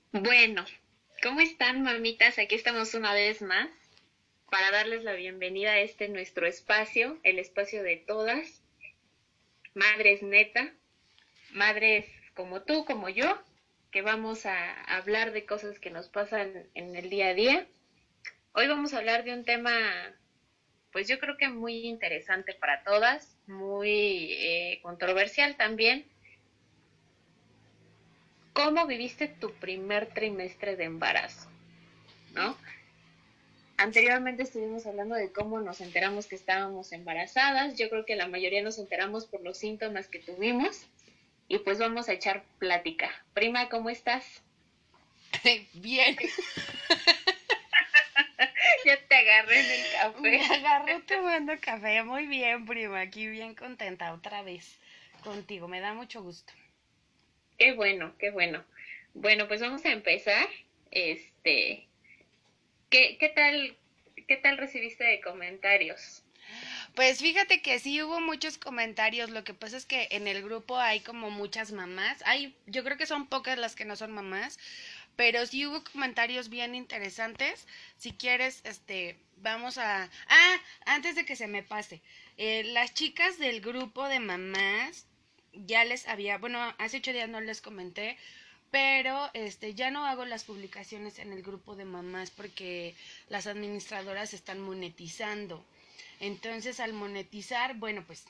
Bueno, ¿cómo están, mamitas? Aquí estamos una vez más para darles la bienvenida a este nuestro espacio, el espacio de todas, madres neta, madres como tú, como yo, que vamos a hablar de cosas que nos pasan en el día a día. Hoy vamos a hablar de un tema, pues yo creo que muy interesante para todas, muy controversial también. ¿Cómo viviste tu primer trimestre de embarazo? ¿No? Anteriormente estuvimos hablando de cómo nos enteramos que estábamos embarazadas. Yo creo que la mayoría nos enteramos por los síntomas que tuvimos. Y pues vamos a echar plática. Prima, ¿cómo estás? Bien, Ya te agarré en el me café. agarró tomando café. Muy bien, prima. Aquí bien contenta otra vez contigo. Me da mucho gusto. Qué bueno, qué bueno. Bueno, pues vamos a empezar. Este, ¿qué tal recibiste de comentarios? Pues fíjate que sí hubo muchos comentarios. Lo que pasa es que en el grupo hay como muchas mamás. Yo creo que son pocas las que no son mamás, pero sí hubo comentarios bien interesantes. Si quieres, vamos a... antes de que se me pase. Las chicas del grupo de mamás ya les había, bueno, hace 8 días no les comenté, pero ya no hago las publicaciones en el grupo de mamás porque las administradoras están monetizando. Entonces, al monetizar, bueno, pues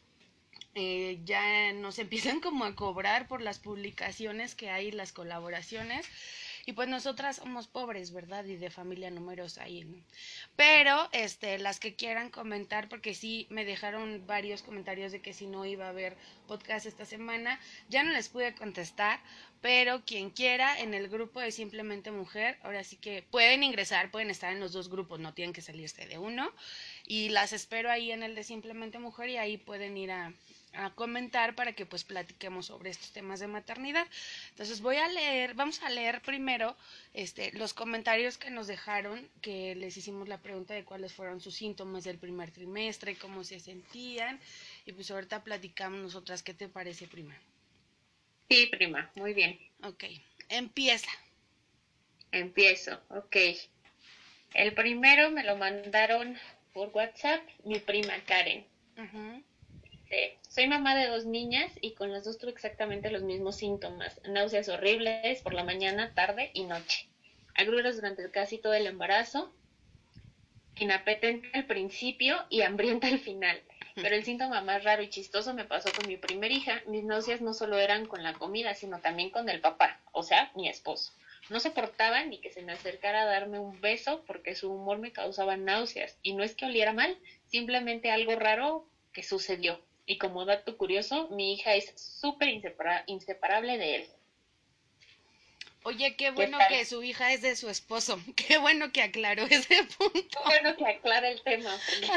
ya nos empiezan como a cobrar por las publicaciones que hay, las colaboraciones. Y pues nosotras somos pobres, ¿verdad? Y de familia numerosa ahí, ¿no? Pero, las que quieran comentar, porque sí me dejaron varios comentarios de que si no iba a haber podcast esta semana, ya no les pude contestar, pero quien quiera en el grupo de Simplemente Mujer, ahora sí que pueden ingresar, pueden estar en los dos grupos, no tienen que salirse de uno, y las espero ahí en el de Simplemente Mujer y ahí pueden ir a comentar para que pues platiquemos sobre estos temas de maternidad. Entonces vamos a leer primero los comentarios que nos dejaron, que les hicimos la pregunta de cuáles fueron sus síntomas del primer trimestre, cómo se sentían, y pues ahorita platicamos nosotras. ¿Qué te parece, prima? Sí, prima, muy bien. Ok, empieza. Empiezo. Ok. El primero me lo mandaron por WhatsApp mi prima Karen. Ujú. Soy mamá de dos niñas y con las dos tuve exactamente los mismos síntomas. Náuseas horribles por la mañana, tarde y noche. Agruras durante casi todo el embarazo, inapetente al principio y hambrienta al final. Pero el síntoma más raro y chistoso me pasó con mi primer hija. Mis náuseas no solo eran con la comida, sino también con el papá, o sea, mi esposo. No soportaba ni que se me acercara a darme un beso porque su humor me causaba náuseas. Y no es que oliera mal, simplemente algo raro que sucedió. Y como dato curioso, mi hija es súper inseparable de él. Oye, qué ¿Qué bueno tal? que su hija es de su esposo. Qué bueno que aclaró ese punto. Bueno, que aclara el tema, prima.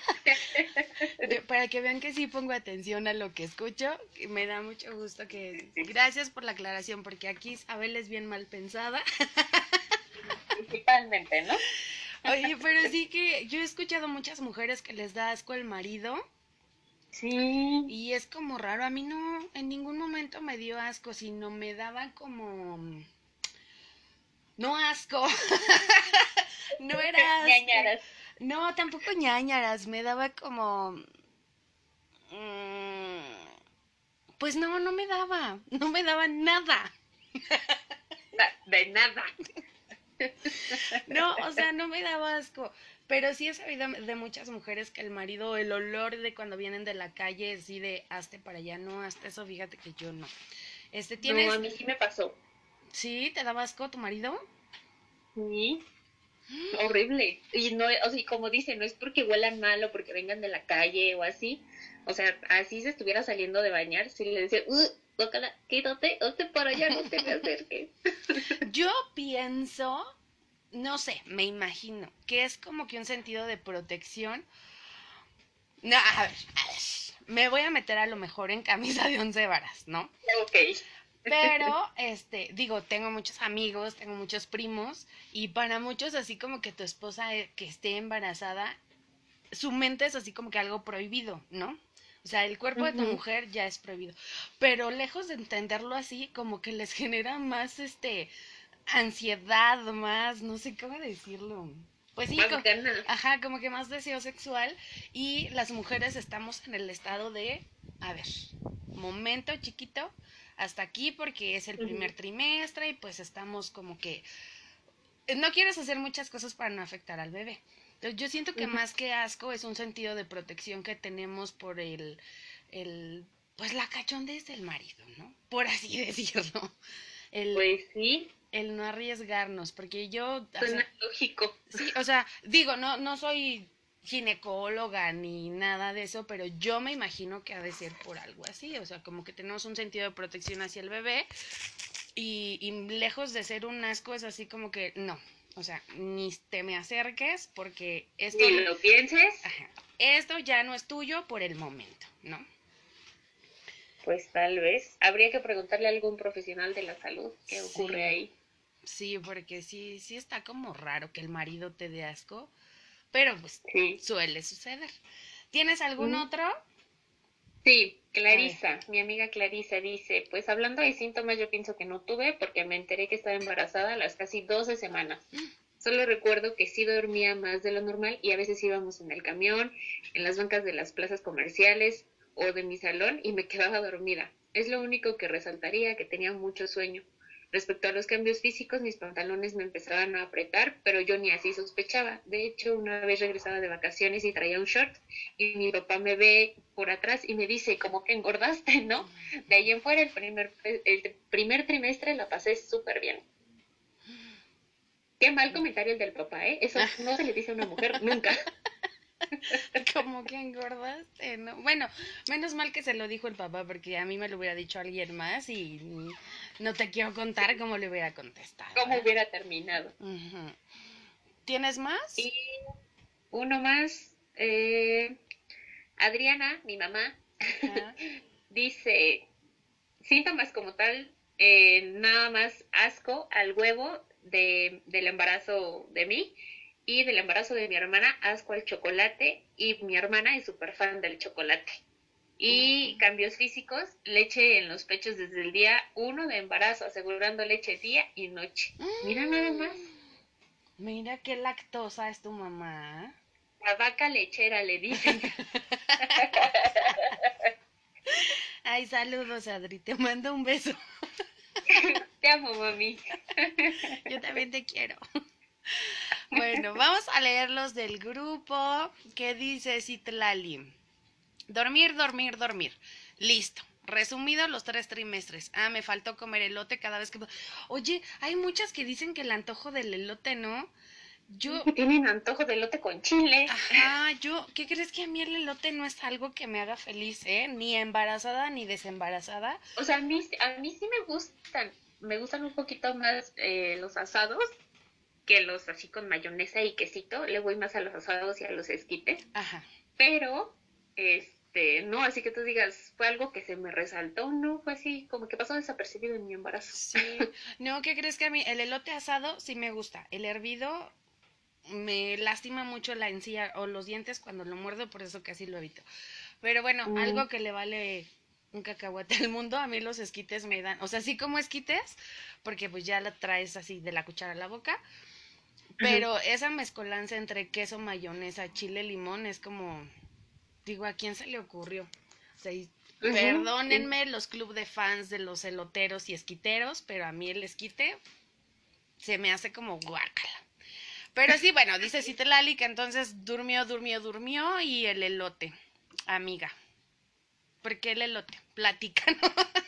Para que vean que sí pongo atención a lo que escucho, me da mucho gusto que... Gracias por la aclaración, porque aquí Isabel es bien mal pensada. Principalmente, ¿no? Oye, pero sí que yo he escuchado muchas mujeres que les da asco el marido Sí, y es como raro. A mí no, en ningún momento me dio asco, sino me daba como... No asco, no era asco. ñañaras. No, tampoco ñañaras, me daba como... mm, pues no, no me daba nada. De nada. No, o sea, no me daba asco. Pero sí he sabido de muchas mujeres que el marido, el olor de cuando vienen de la calle, así de hazte para allá, no, hasta eso, fíjate que yo no. No, a ¿Tienes, mí sí me pasó. sí, te daba asco tu marido? Sí, horrible. Y no, o sea, y como dice, no es porque huelan mal o porque vengan de la calle o así. O sea, así se estuviera saliendo de bañar, si le decía, guácala, quítate, hazte para allá, no te me acerques. Yo pienso, no sé, me imagino, que es como que un sentido de protección. No, a ver, me voy a meter a lo mejor en camisa de 11 varas, ¿no? Ok. Pero, digo, tengo muchos amigos, tengo muchos primos, y para muchos así como que tu esposa que esté embarazada, su mente es así como que algo prohibido, ¿no? O sea, el cuerpo de tu Ujú. mujer ya es prohibido. Pero lejos de entenderlo así, como que les genera más, ansiedad más, no sé cómo decirlo. Pues sí, Más ganas. ajá, como que más deseo sexual y las mujeres estamos en el estado de, a ver, momento chiquito, hasta aquí porque es el primer Ujú, trimestre y pues estamos como que no quieres hacer muchas cosas para no afectar al bebé. Entonces, yo siento que ujú. más que asco es un sentido de protección que tenemos por el pues la cachondez del marido, ¿no? Por así decirlo. El, Pues sí, el no arriesgarnos, porque yo, o suena sea, lógico. sí, o sea, digo, no soy ginecóloga ni nada de eso, pero yo me imagino que ha de ser por algo así, o sea, como que tenemos un sentido de protección hacia el bebé y lejos de ser un asco es así como que no, o sea, ni te me acerques porque Ni lo pienses, ajá, esto ya no es tuyo por el momento, ¿no? pues tal vez. Habría que preguntarle a algún profesional de la salud qué ocurre Sí, ahí. sí, porque sí está como raro que el marido te dé asco, pero pues Sí. suele suceder. ¿Tienes algún Ujú. otro? Sí, A ver. Clarisa, mi amiga Clarisa dice, pues hablando de síntomas, yo pienso que no tuve porque me enteré que estaba embarazada a las casi 12 semanas. Solo recuerdo que sí dormía más de lo normal y a veces íbamos en el camión, en las bancas de las plazas comerciales o de mi salón y me quedaba dormida. Es lo único que resaltaría, que tenía mucho sueño. Respecto a los cambios físicos, mis pantalones me empezaban a apretar, pero yo ni así sospechaba. De hecho, una vez regresaba de vacaciones y traía un short y mi papá me ve por atrás y me dice, como que engordaste, ¿no? De ahí en fuera, el primer trimestre la pasé súper bien. Qué mal comentario el del papá, ¿eh? Eso no se le dice a una mujer nunca. Como que engordaste, ¿no? Bueno, menos mal que se lo dijo el papá, porque a mí me lo hubiera dicho alguien más y no te quiero contar Sí, cómo le hubiera contestado, cómo ¿eh? hubiera terminado. Ujú. ¿Tienes más? Y uno más, Adriana, mi mamá, Ajá. dice, síntomas como tal, nada más asco al huevo del embarazo de mí y del embarazo de mi hermana, asco al chocolate y mi hermana es súper fan del chocolate. Y cambios físicos, leche en los pechos desde el día 1 de embarazo, asegurando leche día y noche. Mira nada más, Mira qué lactosa es tu mamá. la vaca lechera le dicen. Ay, saludos, Adri, te mando un beso. Te amo, mami. Yo también te quiero. Bueno, vamos a leer los del grupo. ¿Qué dice Citlali? Dormir, dormir, dormir. Listo. Resumido los 3 trimestres. Ah, me faltó comer elote cada vez que... Oye, hay muchas que dicen que el antojo del elote, ¿no? Sí, Yo, que tienen antojo de elote con chile. ajá, ¿qué crees que a mí el elote no es algo que me haga feliz, eh? Ni embarazada ni desembarazada. O sea, a mí sí me gustan. Me gustan un poquito más los asados que los así con mayonesa y quesito. Le voy más a los asados y a los esquites. Ajá. Pero, no, así que tú digas, fue algo que se me resaltó, no, fue así, como que pasó desapercibido en mi embarazo. Sí. No, ¿qué crees que a mí el elote asado sí me gusta? El hervido me lastima mucho la encía o los dientes cuando lo muerdo, por eso casi lo evito. Pero bueno, Mm, algo que le vale un cacahuate al mundo, a mí los esquites me dan, o sea, sí como esquites, porque pues ya la traes así de la cuchara a la boca, ujú, pero esa mezcolanza entre queso, mayonesa, chile, limón es como, digo, ¿a quién se le ocurrió? O sea, ujú, sí. perdónenme los club de fans de los eloteros y esquiteros, pero a mí el esquite se me hace como guácala. Pero sí, bueno, dice Citlali que entonces durmió, durmió, durmió y el elote, amiga. ¿Por qué el elote? Platícanos.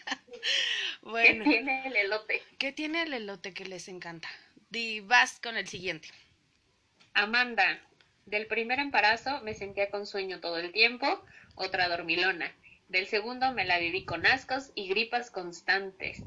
¿Qué Bueno, tiene el elote? ¿qué tiene el elote que les encanta? Vas con el siguiente. Amanda, del primer embarazo me sentía con sueño todo el tiempo, otra dormilona. Del segundo me la viví con ascos y gripas constantes.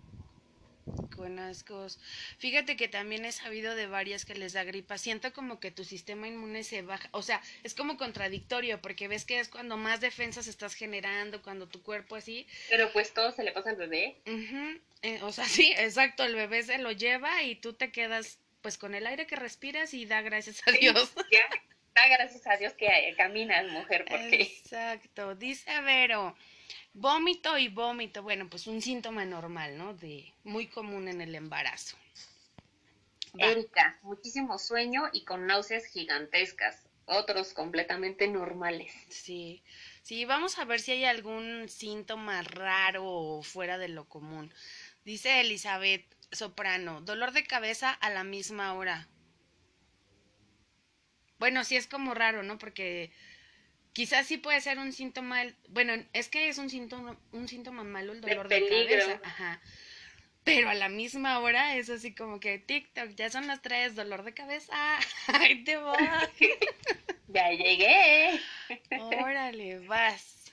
Con ascos. Fíjate que también he sabido de varias que les da gripa. Siento como que tu sistema inmune se baja. O sea, es como contradictorio porque ves que es cuando más defensas estás generando, cuando tu cuerpo así. Pero pues todo se le pasa al bebé. Ujú, o sea, sí, exacto. El bebé se lo lleva y tú te quedas pues con el aire que respiras y da gracias a Sí, Dios. ya. Da gracias a Dios que caminas, mujer, porque Exacto. Dice Vero. Vómito y vómito, bueno, pues un síntoma normal, ¿no? De muy común en el embarazo. Va. Erika, muchísimo sueño y con náuseas gigantescas. Otros completamente normales. Sí, sí, vamos a ver si hay algún síntoma raro o fuera de lo común. Dice Elizabeth Soprano, dolor de cabeza a la misma hora. Bueno, sí es como raro, ¿no? Porque quizás sí puede ser un síntoma, bueno, es que es un síntoma malo el De dolor de cabeza, peligro. ajá. Pero a la misma hora es así como que TikTok, ya son las 3, dolor de cabeza, ahí te voy. Ya llegué. Órale, vas.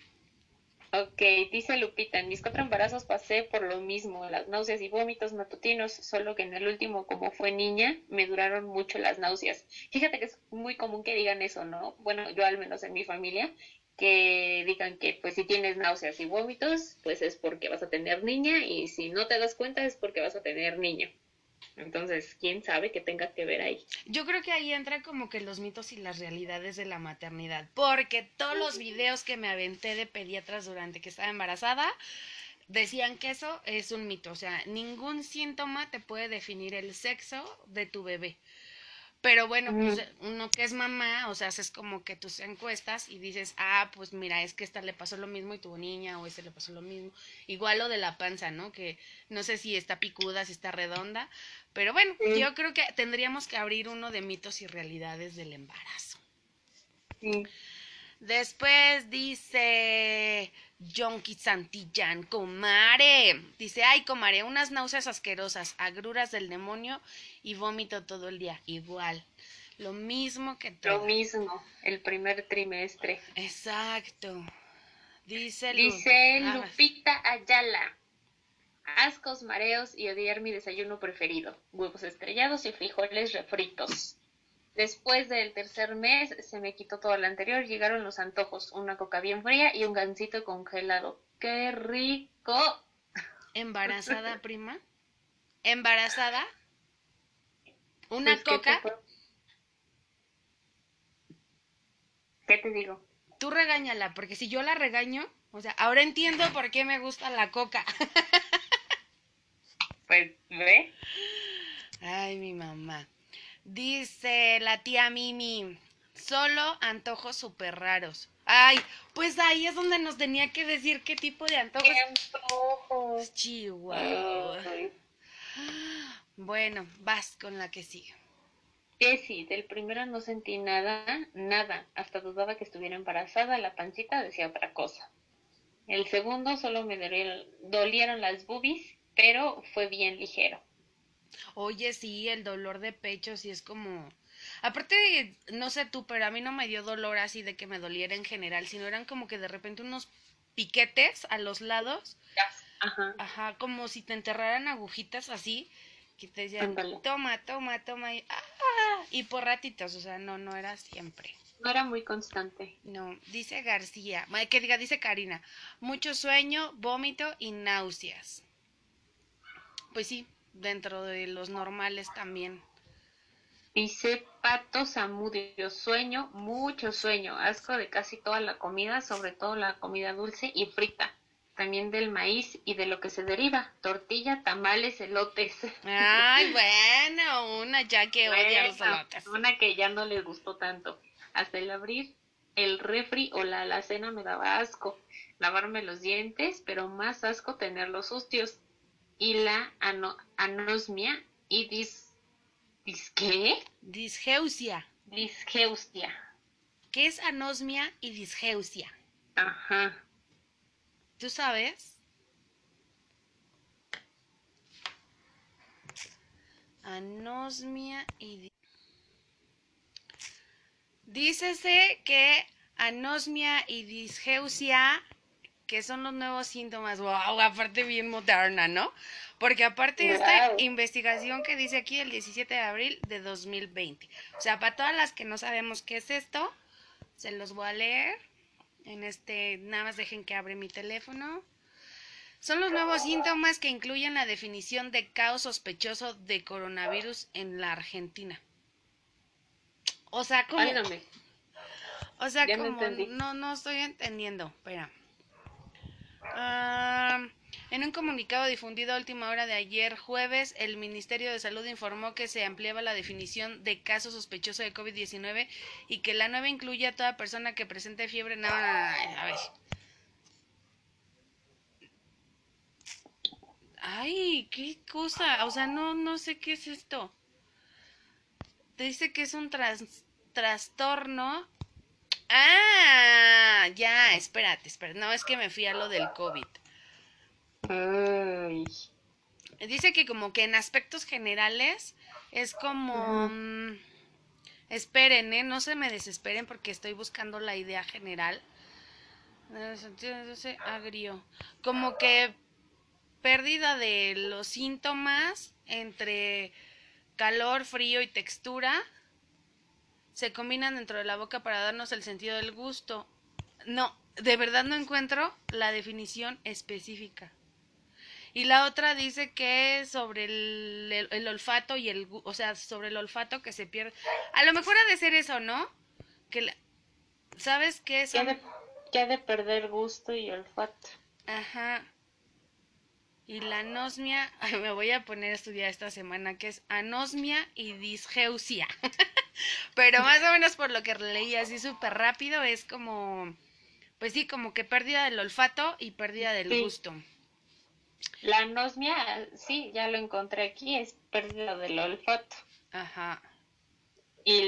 Ok, dice Lupita, en mis 4 embarazos pasé por lo mismo, las náuseas y vómitos matutinos, solo que en el último, como fue niña, me duraron mucho las náuseas. Fíjate que es muy común que digan eso, ¿no? Bueno, yo al menos en mi familia, que digan que pues si tienes náuseas y vómitos, pues es porque vas a tener niña y si no te das cuenta es porque vas a tener niño. Entonces, ¿quién sabe qué tenga que ver ahí? Yo creo que ahí entra como que los mitos y las realidades de la maternidad, porque todos los videos que me aventé de pediatras durante que estaba embarazada decían que eso es un mito, o sea, ningún síntoma te puede definir el sexo de tu bebé. Pero bueno, pues Mm, uno que es mamá, o sea, haces como que tus encuestas y dices, ah, pues mira, es que esta le pasó lo mismo y tuvo niña, o este le pasó lo mismo. Igual lo de la panza, ¿no? Que no sé si está picuda, si está redonda, pero bueno, sí, yo creo que tendríamos que abrir uno de mitos y realidades del embarazo. sí. Después dice Jonky Santillán, comare. Dice, ay, comare, unas náuseas asquerosas, agruras del demonio y vómito todo el día. Igual. Lo mismo que Lo todas. mismo, el primer trimestre. Exacto. Dice Luz. Dice Agas. Lupita Ayala. Ascos, mareos y odiar mi desayuno preferido. Huevos estrellados y frijoles refritos. Después del tercer mes se me quitó todo lo anterior, llegaron los antojos, una coca bien fría y un gansito congelado. ¡Qué rico! Embarazada, prima. Embarazada. Una Pues, coca. ¿qué te digo? Tú regáñala, porque si yo la regaño, o sea, ahora entiendo por qué me gusta la coca. Pues, ¿ve? Ay, mi mamá. Dice la tía Mimi, solo antojos súper raros. Ay, pues ahí es donde nos tenía que decir qué tipo de ¡Qué antojos. antojo! Chihuahua. Ay. Bueno, vas con la que sigue. Que sí, del primero no sentí nada, nada. Hasta dudaba que estuviera embarazada, la pancita decía otra cosa. El segundo solo me dolieron las boobies, pero fue bien ligero. Oye, sí, el dolor de pecho sí es como... Aparte, no sé tú, pero a mí no me dio dolor así de que me doliera en general, sino eran como que de repente unos piquetes a los lados. Ajá, Ajá, como si te enterraran agujitas así, que te decían, ándale. toma, toma, toma, y por ratitos, o sea, no, no era siempre. No era muy constante. No, dice García, que diga, dice Karina, mucho sueño, vómito y náuseas. Pues sí, dentro de los normales también. Dice Pato Zamudio, sueño, mucho sueño, asco de casi toda la comida, sobre todo la comida dulce y frita, también del maíz y de lo que se deriva, tortilla, tamales, elotes. Ay, bueno, una ya que odia los Bueno, elotes. una que ya no le gustó tanto. Hasta el abrir el refri o la alacena me daba asco. Lavarme los dientes, pero más asco tenerlos sucios. Y la anosmia y ¿qué? Disgeusia. Disgeustia. ¿Qué es anosmia y disgeusia? Ajá. ¿Tú sabes? Anosmia y... Dícese que anosmia y disgeusia, que son los nuevos síntomas, wow, aparte bien moderna, ¿no? Porque aparte esta Wow. investigación que dice aquí el 17 de abril de 2020. O sea, para todas las que no sabemos qué es esto, se los voy a leer. Nada más dejen que abre mi teléfono. Son los nuevos síntomas que incluyen la definición de caso sospechoso de coronavirus en la Argentina. O sea, como, Válgame. no, no estoy entendiendo. Espera. Ah, En un comunicado difundido a última hora de ayer jueves, el Ministerio de Salud informó que se ampliaba la definición de caso sospechoso de COVID-19 y que la nueva incluye a toda persona que presente fiebre. No, a ver. Ay, qué cosa. O sea, no sé qué es esto. Te dice que es un trastorno. Ah, ya, espérate. No, es que me fui a lo del COVID. Ay. Dice que como que en aspectos generales es como... esperen, no se me desesperen porque estoy buscando la idea general. Agrio. Como que pérdida de los síntomas entre calor, frío y textura se combinan dentro de la boca para darnos el sentido del gusto. No, de verdad no encuentro la definición específica. Y la otra dice que sobre el olfato y o sea, sobre el olfato que se pierde. A lo mejor ha de ser eso, ¿no? ¿Sabes qué son? Que ha de perder gusto y olfato. Ajá. Y la anosmia, me voy a poner a estudiar esta semana, que es anosmia y disgeusia. Pero más o menos por lo que leí así súper rápido, es como, pues sí, como que pérdida del olfato y pérdida del gusto. La anosmia, sí, ya lo encontré aquí, es pérdida del olfato. Ajá. Y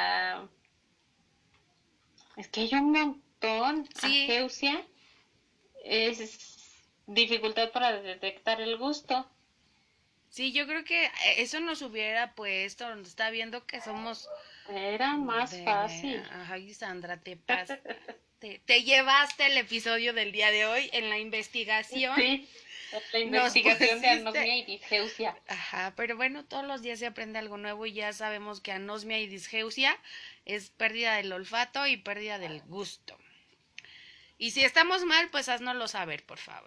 es que hay un montón. Sí. Ageusia es dificultad para detectar el gusto. Sí, yo creo que eso nos hubiera puesto, está viendo que somos... Era más fácil. Ay, Sandra, te llevaste el episodio del día de hoy en la investigación. Sí, la investigación de anosmia y disgeusia. Ajá, pero bueno, todos los días se aprende algo nuevo y ya sabemos que anosmia y disgeusia es pérdida del olfato y pérdida del gusto. Y si estamos mal, pues haznoslo saber, por favor.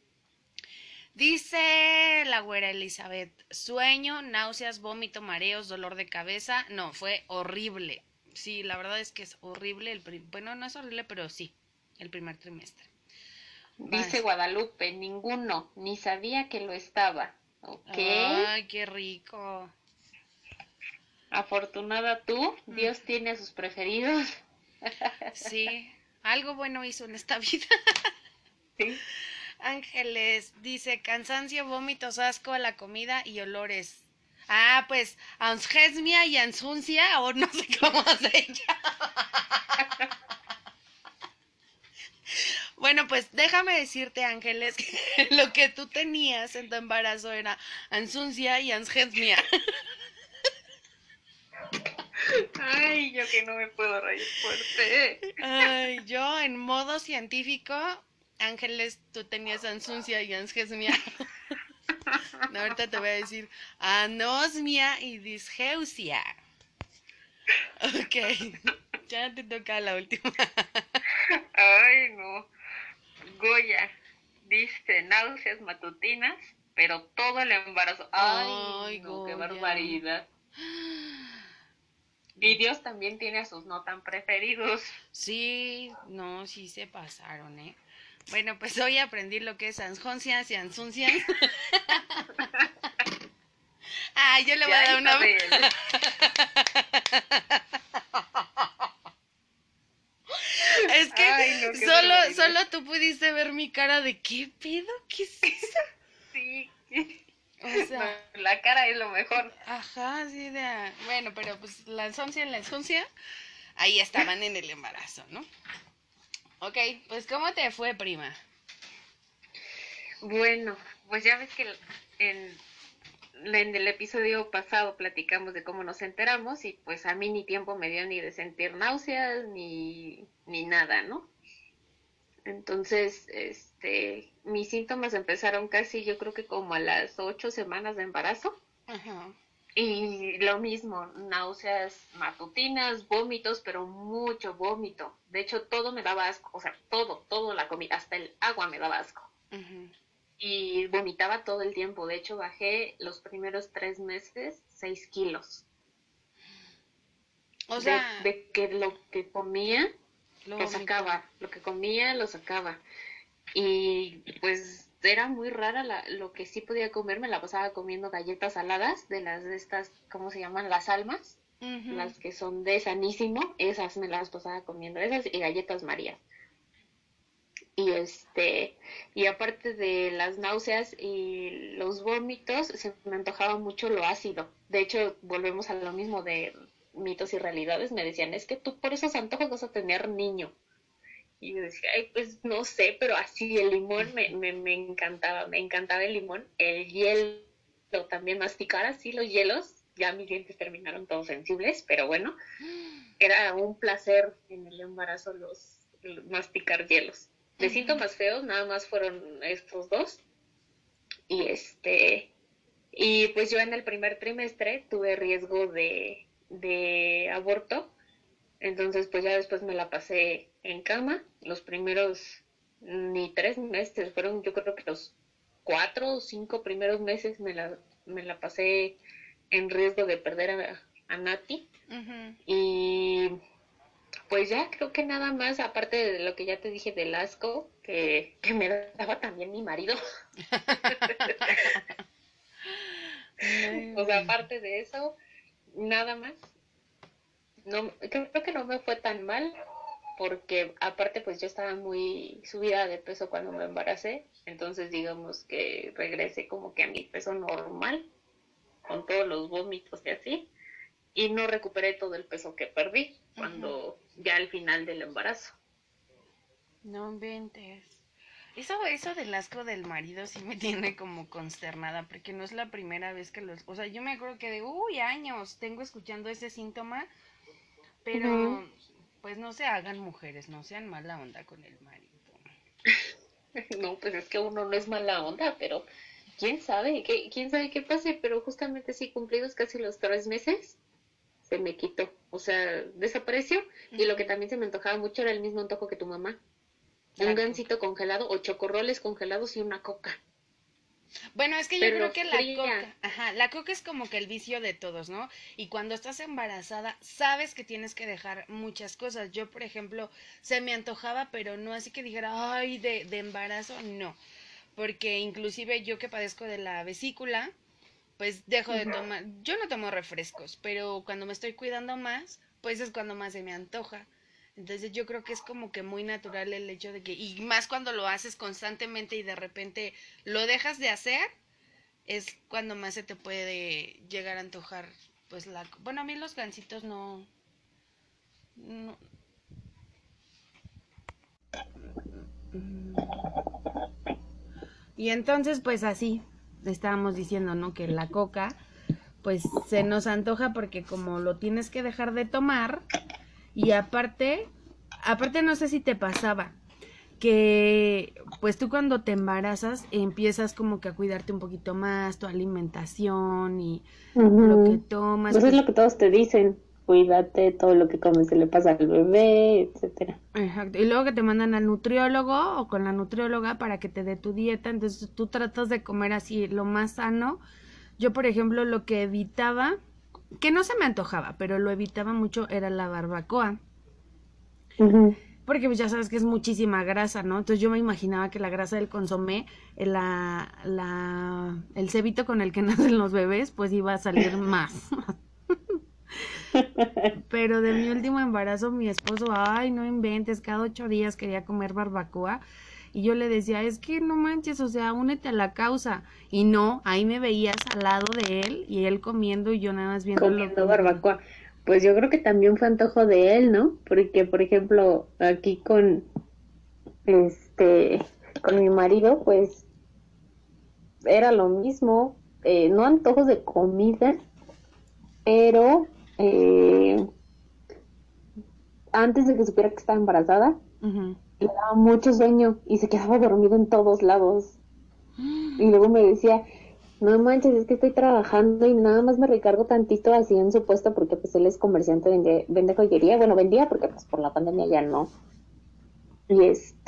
Dice la güera Elizabeth, sueño, náuseas, vómito, mareos, dolor de cabeza. No, fue horrible. Sí, la verdad es que es horrible. Bueno, no es horrible, pero sí, el primer trimestre. Dice Guadalupe, ninguno, ni sabía que lo estaba. Ok. Ay, qué rico. Afortunada tú, Dios tiene a sus preferidos. Sí, algo bueno hizo en esta vida. Sí. Ángeles dice cansancio, vómitos, asco a la comida y olores. Ah, pues ansgesmia y ansuncia, o no sé cómo se llama. Bueno, pues déjame decirte, Ángeles, que lo que tú tenías en tu embarazo era ansuncia y ansgesmia. Ay, yo que no me puedo reír fuerte. Ay, yo en modo científico, Ángeles, tú tenías ansuncia y ansgesmia. No, ahorita te voy a decir anosmia y disgeusia. Ok, ya te toca la última. Ay, no. Goya dice náuseas matutinas, pero todo el embarazo. Ay, no, qué barbaridad. Y Dios también tiene a sus no tan preferidos. Sí, no, sí se pasaron, ¿eh? Bueno, pues hoy aprendí lo que es anjoncias y ansuncias. Ay, yo le voy a dar una... Es que ay, no, solo tú pudiste ver mi cara de ¿qué pedo? ¿Qué es eso? Sí. O sea, no, la cara es lo mejor. Ajá, sí, bueno, pero pues la ansuncia, ahí estaban en el embarazo, ¿no? Ok, pues ¿cómo te fue, prima? Bueno, pues ya ves que en el episodio pasado platicamos de cómo nos enteramos y pues a mí ni tiempo me dio ni de sentir náuseas ni nada, ¿no? Entonces, mis síntomas empezaron casi, yo creo que como a las 8 semanas de embarazo. Ajá. Y lo mismo, náuseas matutinas, vómitos, pero mucho vómito. De hecho, todo me daba asco, o sea, todo la comida, hasta el agua me daba asco. Uh-huh. Y vomitaba todo el tiempo. De hecho, bajé los primeros 3 meses 6 kilos. O sea, de que lo que comía, lo sacaba. Lo que comía, lo sacaba. Y pues era muy rara lo que sí podía comer, me la pasaba comiendo galletas saladas, de estas, ¿cómo se llaman? Las almas, Ujú. las que son de sanísimo, esas me las pasaba comiendo, esas y galletas María. Y y aparte de las náuseas y los vómitos, se me antojaba mucho lo ácido. De hecho, volvemos a lo mismo de mitos y realidades. Me decían, es que tú por esos antojos vas a tener niño. Y yo decía, ay, pues no sé, pero así el limón me encantaba el limón, el hielo también, masticar así los hielos, ya mis dientes terminaron todos sensibles, pero bueno, era un placer en el embarazo los masticar hielos. De Ujú. síntomas feos nada más fueron estos dos, y y pues yo en el primer trimestre tuve riesgo de aborto, entonces, pues ya después me la pasé en cama. Los primeros ni 3 meses, fueron yo creo que los 4 o 5 primeros meses me la pasé en riesgo de perder a Nati. Ujú. Y pues ya creo que nada más, aparte de lo que ya te dije del asco, que me daba también mi marido. No O sea, inventes. aparte de eso, nada más. No, creo que no me fue tan mal, porque aparte pues yo estaba muy subida de peso cuando me embaracé, entonces digamos que regresé como que a mi peso normal, con todos los vómitos y así, y no recuperé todo el peso que perdí Ujú. cuando ya al final del embarazo. No inventes. Eso del asco del marido sí me tiene como consternada, porque no es la primera vez que los... O sea, yo me acuerdo que de, uy, años tengo escuchando ese síntoma, Ujú. pero pues no se hagan mujeres, no sean mala onda con el marido. No, pues es que uno no es mala onda, pero quién sabe qué pase, pero justamente sí cumplidos casi los 3 meses, se me quitó, o sea, desapareció, y lo que Ujú. también se me antojaba mucho era el mismo antojo que tu mamá, un La coca. gansito congelado o chocorroles congelados y una coca, Bueno, es que yo pero creo que la fría. coca, ajá, la coca es como que el vicio de todos, ¿no? Y cuando estás embarazada, sabes que tienes que dejar muchas cosas. Yo, por ejemplo, se me antojaba, pero no así que dijera, ay, de embarazo, no. Porque inclusive yo que padezco de la vesícula, pues dejo de Ujú. tomar, yo no tomo refrescos, pero cuando me estoy cuidando más, pues es cuando más se me antoja. Entonces yo creo que es como que muy natural el hecho de que, y más cuando lo haces constantemente y de repente lo dejas de hacer, es cuando más se te puede llegar a antojar, pues la... Bueno, a mí los gansitos no... no y entonces, pues así, estábamos diciendo, ¿no? Que la coca, pues se nos antoja porque como lo tienes que dejar de tomar, y aparte no sé si te pasaba, que pues tú cuando te embarazas empiezas como que a cuidarte un poquito más, tu alimentación y lo que Ujú. tomas, Pues es pues lo que todos te dicen, cuídate, todo lo que comes se le pasa al bebé, etcétera. exacto. Y luego que te mandan al nutriólogo o con la nutrióloga para que te dé tu dieta, entonces tú tratas de comer así lo más sano. Yo, por ejemplo, lo que evitaba, que no se me antojaba, pero lo evitaba mucho era la barbacoa. Ujú. Porque pues ya sabes que es muchísima grasa, ¿no? Entonces yo me imaginaba que la grasa del consomé, el cebito con el que nacen los bebés, pues iba a salir más. Pero de mi último embarazo, mi esposo, ay, no inventes, cada 8 días quería comer barbacoa. Y yo le decía, es que no manches, o sea, únete a la causa. Y no, ahí me veías al lado de él y él comiendo y yo nada más viéndolo Comiendo con cara. barbacoa. Pues yo creo que también fue antojo de él, ¿no? Porque, por ejemplo, aquí este, con mi marido, pues era lo mismo, no antojos de comida, pero antes de que supiera que estaba embarazada, Ujú. le daba mucho sueño y se quedaba dormido en todos lados. Y luego me decía, no manches, es que estoy trabajando y nada más me recargo tantito así en su puesto porque pues él es comerciante, vende joyería, bueno, vendía porque pues por la pandemia ya no. Y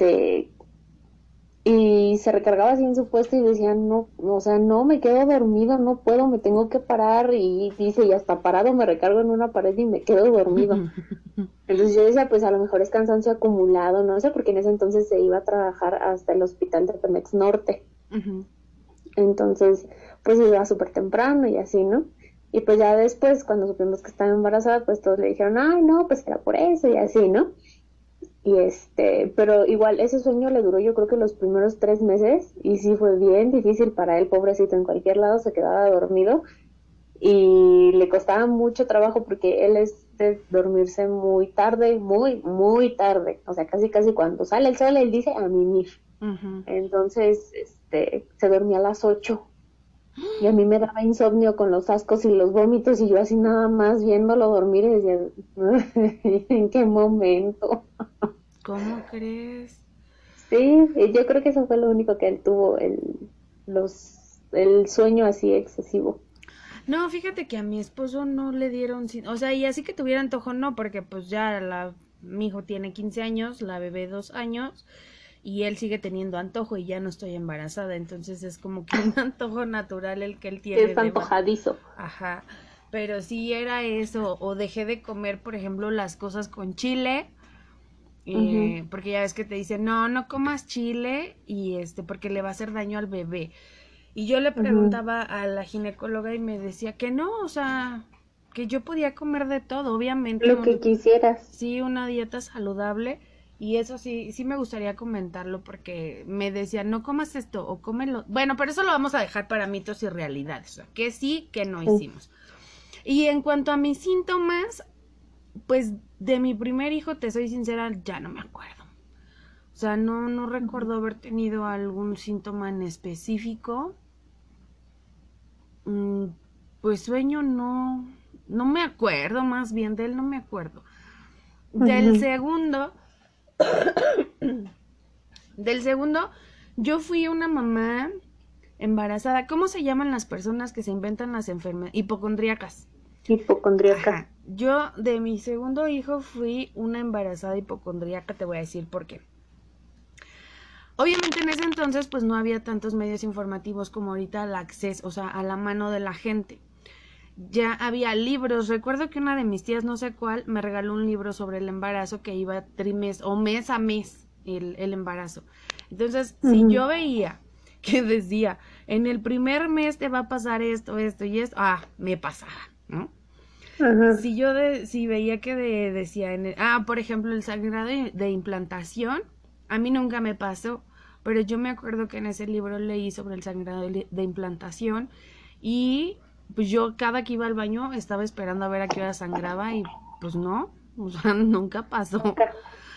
y se recargaba así en su puesto y decía, no, o sea, no, me quedo dormido, no puedo, me tengo que parar. Y dice, y hasta parado me recargo en una pared y me quedo dormido. Entonces yo decía, pues a lo mejor es cansancio acumulado, no sé, porque en ese entonces se iba a trabajar hasta el hospital de Pemex Norte. Ujú. Entonces, pues iba súper temprano y así, ¿no? Y pues ya después, cuando supimos que estaba embarazada, pues todos le dijeron, ay, no, pues era por eso y así, ¿no? Y pero igual ese sueño le duró yo creo que los primeros 3 meses y sí fue bien difícil para él, pobrecito, en cualquier lado se quedaba dormido y le costaba mucho trabajo porque él es de dormirse muy tarde, muy, muy tarde, o sea, casi, casi cuando sale el sol, él dice a mimir. Ujú. Entonces, se dormía a las 8 y a mí me daba insomnio con los ascos y los vómitos y yo así nada más viéndolo dormir y decía, ¿en qué momento? ¿Cómo crees? Sí, y yo creo que eso fue lo único que él tuvo, el sueño así excesivo. No, fíjate que a mi esposo no le dieron, o sea, y así que tuviera antojo, no, porque pues ya mi hijo tiene 15 años, la bebé 2 años, y él sigue teniendo antojo y ya no estoy embarazada, entonces es como que un antojo natural el que él tiene Es de antojadizo. Ajá, pero si era eso, o dejé de comer, por ejemplo, las cosas con chile, Ujú, porque ya ves que te dicen, no, no comas chile, y porque le va a hacer daño al bebé. Y yo le ujú. preguntaba a la ginecóloga y me decía que no, o sea, que yo podía comer de todo, obviamente Lo que quisieras. sí, una dieta saludable. Y eso sí, sí me gustaría comentarlo porque me decía, no comas esto o cómelo. Bueno, pero eso lo vamos a dejar para mitos y realidades. O sea, que sí, que no Sí. hicimos. Y en cuanto a mis síntomas, pues de mi primer hijo, te soy sincera, ya no me acuerdo. O sea, no Ujú. recuerdo haber tenido algún síntoma en específico. Mm, pues sueño no me acuerdo, más bien de él no me acuerdo. Del Ujú. segundo, del segundo, yo fui una mamá embarazada. ¿Cómo se llaman las personas que se inventan las enfermedades? Hipocondríacas. Hipocondríaca. Ajá. Yo de mi segundo hijo fui una embarazada hipocondríaca, te voy a decir por qué. Obviamente en ese entonces pues no había tantos medios informativos como ahorita al acceso, o sea, a la mano de la gente. Ya había libros. Recuerdo que una de mis tías, no sé cuál, me regaló un libro sobre el embarazo que iba trimestre o mes a mes el embarazo. Entonces, si Ujú. yo veía que decía, en el primer mes te va a pasar esto, esto y esto, me pasaba, ¿no? Ajá. Si veía que decía, por ejemplo, el sangrado de implantación, a mí nunca me pasó, pero yo me acuerdo que en ese libro leí sobre el sangrado de implantación y pues yo cada que iba al baño estaba esperando a ver a qué hora sangraba y pues no, o sea, nunca pasó. Nunca.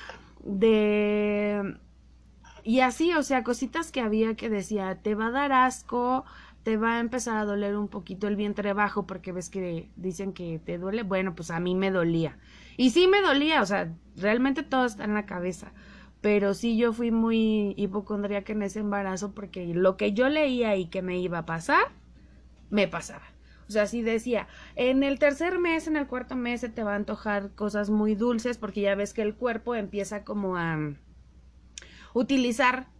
De y así, o sea, cositas que había que decía, te va a dar asco, te va a empezar a doler un poquito el vientre bajo porque ves que dicen que te duele. Bueno, pues a mí me dolía. Y sí me dolía, o sea, realmente todo está en la cabeza. Pero sí yo fui muy hipocondríaca en ese embarazo porque lo que yo leía y que me iba a pasar, me pasaba. O sea, sí decía, en el tercer mes, en el cuarto mes se te va a antojar cosas muy dulces porque ya ves que el cuerpo empieza como a utilizar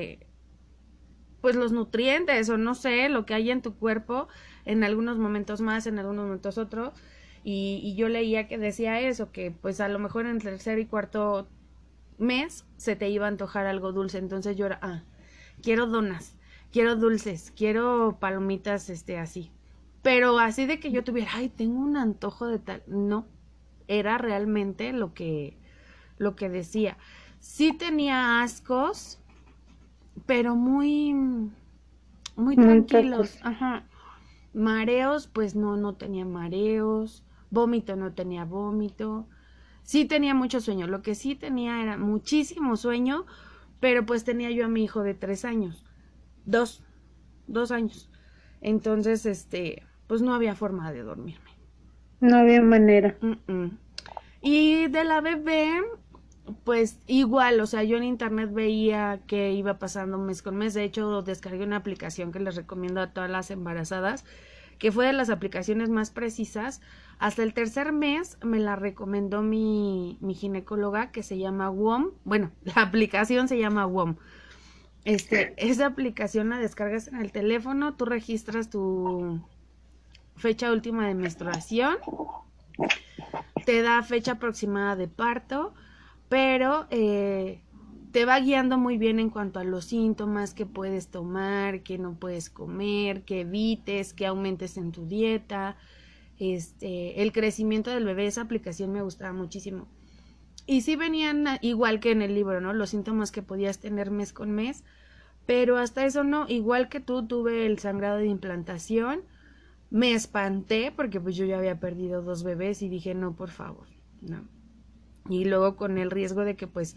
pues los nutrientes o no sé, lo que hay en tu cuerpo, en algunos momentos más, en algunos momentos otros. Y yo leía que decía eso, que pues a lo mejor en el tercer y cuarto mes se te iba a antojar algo dulce. Entonces yo era, quiero donas, quiero dulces, quiero palomitas, así. Pero así de que yo tuviera, ay, tengo un antojo de tal, no, era realmente lo que decía. Sí tenía ascos, pero muy Muy pocos. tranquilos, ajá. Mareos, pues no tenía mareos. Vómito, no tenía vómito. Sí tenía mucho sueño. Lo que sí tenía era muchísimo sueño, pero pues tenía yo a mi hijo de 3 años. Dos, 2 años. Entonces, pues no había forma de dormirme. No había manera. Mm-mm. Y de la bebé, pues igual, o sea, yo en internet veía que iba pasando mes con mes. De hecho, descargué una aplicación que les recomiendo a todas las embarazadas, que fue de las aplicaciones más precisas. Hasta el tercer mes me la recomendó mi ginecóloga, que se llama WOM. Bueno, la aplicación se llama WOM. Esa aplicación la descargas en el teléfono, tú registras tu fecha última de menstruación, te da fecha aproximada de parto, pero te va guiando muy bien en cuanto a los síntomas que puedes tomar, que no puedes comer, que evites, que aumentes en tu dieta. El crecimiento del bebé, esa aplicación me gustaba muchísimo. Y sí venían igual que en el libro, ¿no? Los síntomas que podías tener mes con mes, pero hasta eso no. Igual que tú, tuve el sangrado de implantación. Me espanté porque pues yo ya había perdido 2 bebés y dije, no, por favor, no. Y luego con el riesgo de que pues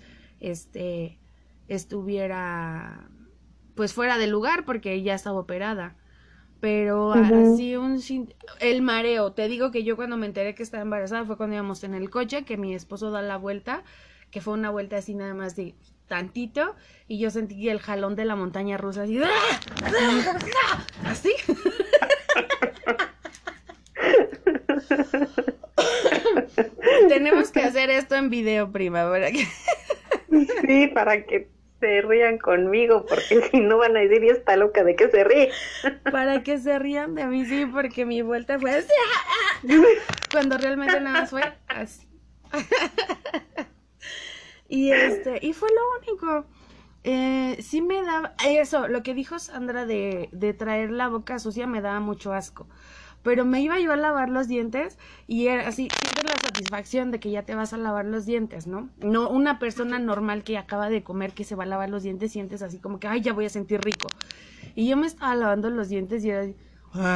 estuviera pues fuera de lugar porque ya estaba operada. Pero así el mareo, te digo que yo cuando me enteré que estaba embarazada fue cuando íbamos en el coche, que mi esposo da la vuelta, que fue una vuelta así nada más de tantito, y yo sentí el jalón de la montaña rusa así, así. Tenemos que hacer esto en video, prima, ¿verdad? Sí, para que se rían conmigo, porque si no van a decir, y está loca, ¿de qué se ríe? Para que se rían de mí, sí, porque mi vuelta fue así, cuando realmente nada más fue así. Y fue lo único. Sí me daba, eso, lo que dijo Sandra de traer la boca sucia me daba mucho asco. Pero me iba yo a lavar los dientes y era así, sientes la satisfacción de que ya te vas a lavar los dientes, ¿no? No una persona normal que acaba de comer que se va a lavar los dientes, sientes así como que, ay, ya voy a sentir rico. Y yo me estaba lavando los dientes y era así,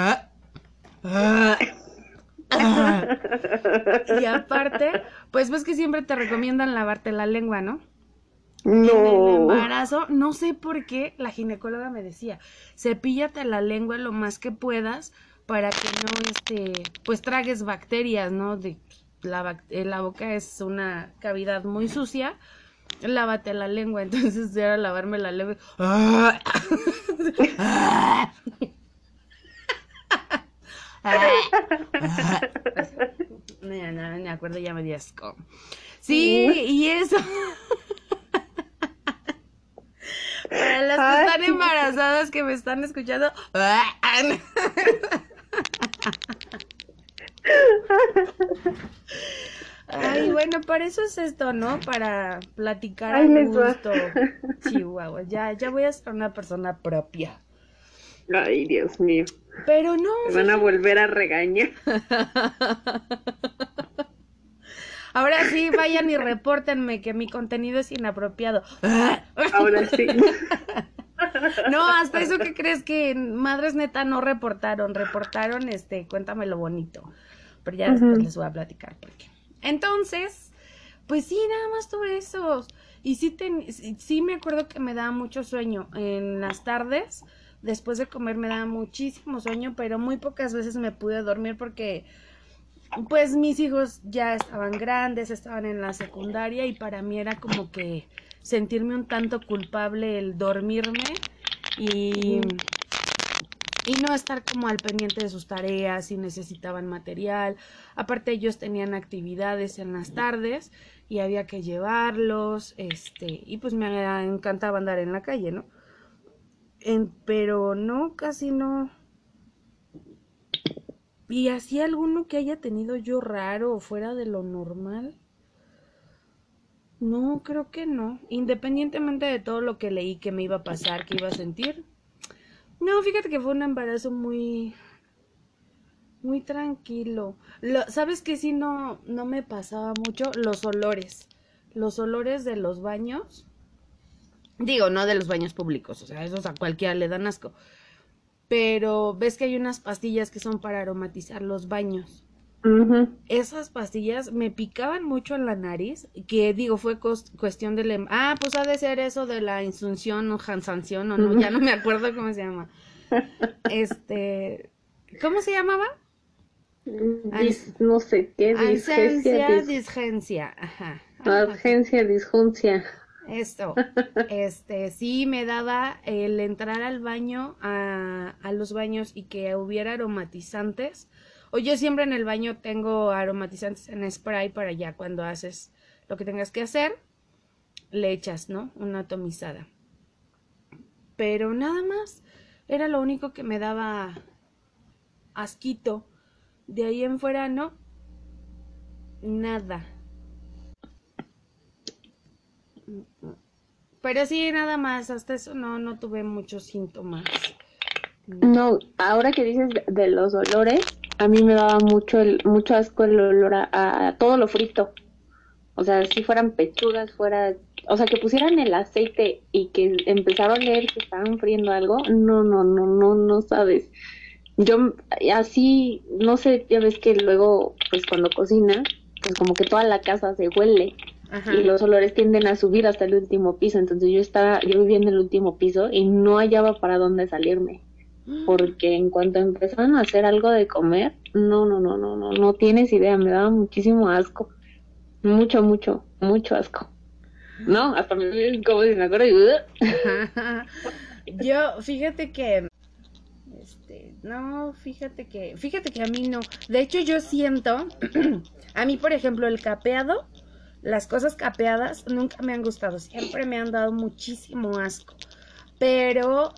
y aparte, pues ves que siempre te recomiendan lavarte la lengua, ¿no? No. En el embarazo, no sé por qué la ginecóloga me decía, cepíllate la lengua lo más que puedas para que no, pues tragues bacterias, ¿no? La boca es una cavidad muy sucia, lávate la lengua, entonces era lavarme la lengua. No me acuerdo, ya me di asco. Sí, y eso. Para las que están embarazadas que me están escuchando. Ay, bueno, para eso es esto, ¿no? Para platicar a gusto. Chihuahua, ya voy a ser una persona propia. Ay, Dios mío. Pero no. Me van a volver a regañar. Ahora sí, vayan y repórtenme que mi contenido es inapropiado. Ahora sí. No, hasta eso que crees que Madres Neta no reportaron. Reportaron, cuéntame lo bonito. Pero ya después les voy a platicar por qué. Entonces, pues sí, nada más tuve esos. Y sí me acuerdo que me daba mucho sueño en las tardes. Después de comer me daba muchísimo sueño, pero muy pocas veces me pude dormir porque pues mis hijos ya estaban grandes, estaban en la secundaria y para mí era como que sentirme un tanto culpable el dormirme y no estar como al pendiente de sus tareas, si necesitaban material. Aparte ellos tenían actividades en las tardes y había que llevarlos, y pues me encantaba andar en la calle, ¿no? Pero no, casi no. ¿Y así alguno que haya tenido yo raro o fuera de lo normal? No, creo que no. Independientemente de todo lo que leí que me iba a pasar, que iba a sentir. No, fíjate que fue un embarazo muy tranquilo. ¿Sabes qué? Sí, no me pasaba mucho los olores. Los olores de los baños. Digo, no de los baños públicos, o sea, esos a cualquiera le dan asco. Pero ves que hay unas pastillas que son para aromatizar los baños. Esas pastillas me picaban mucho en la nariz, que digo, fue cuestión de... pues ha de ser eso de la insunción o jansanción o no, ya no me acuerdo cómo se llama. ¿Cómo se llamaba? No sé qué, disgencia, ajá. Urgencia, disjuncia. Esto, sí me daba el entrar al baño, a los baños y que hubiera aromatizantes. O yo siempre en el baño tengo aromatizantes en spray para ya cuando haces lo que tengas que hacer, le echas, ¿no? Una atomizada. Pero nada más, era lo único que me daba asquito. De ahí en fuera, no, nada. Pero sí, nada más, hasta eso no tuve muchos síntomas. No, ahora que dices de los olores, a mí me daba mucho asco el olor a todo lo frito. O sea, si fueran pechugas, o sea, que pusieran el aceite y que empezara a oler que estaban friendo algo, no sabes. Yo así, no sé, ya ves que luego, pues cuando cocina, pues como que toda la casa se huele Ajá. y los olores tienden a subir hasta el último piso. Entonces yo vivía en el último piso y no hallaba para dónde salirme, porque en cuanto empezaron a hacer algo de comer, no tienes idea, me daba muchísimo asco, mucho asco. No, hasta me dio como si me acuerdo y Yo, fíjate que fíjate que a mí no. De hecho, yo siento, a mí, por ejemplo, el capeado, las cosas capeadas nunca me han gustado, siempre me han dado muchísimo asco. Pero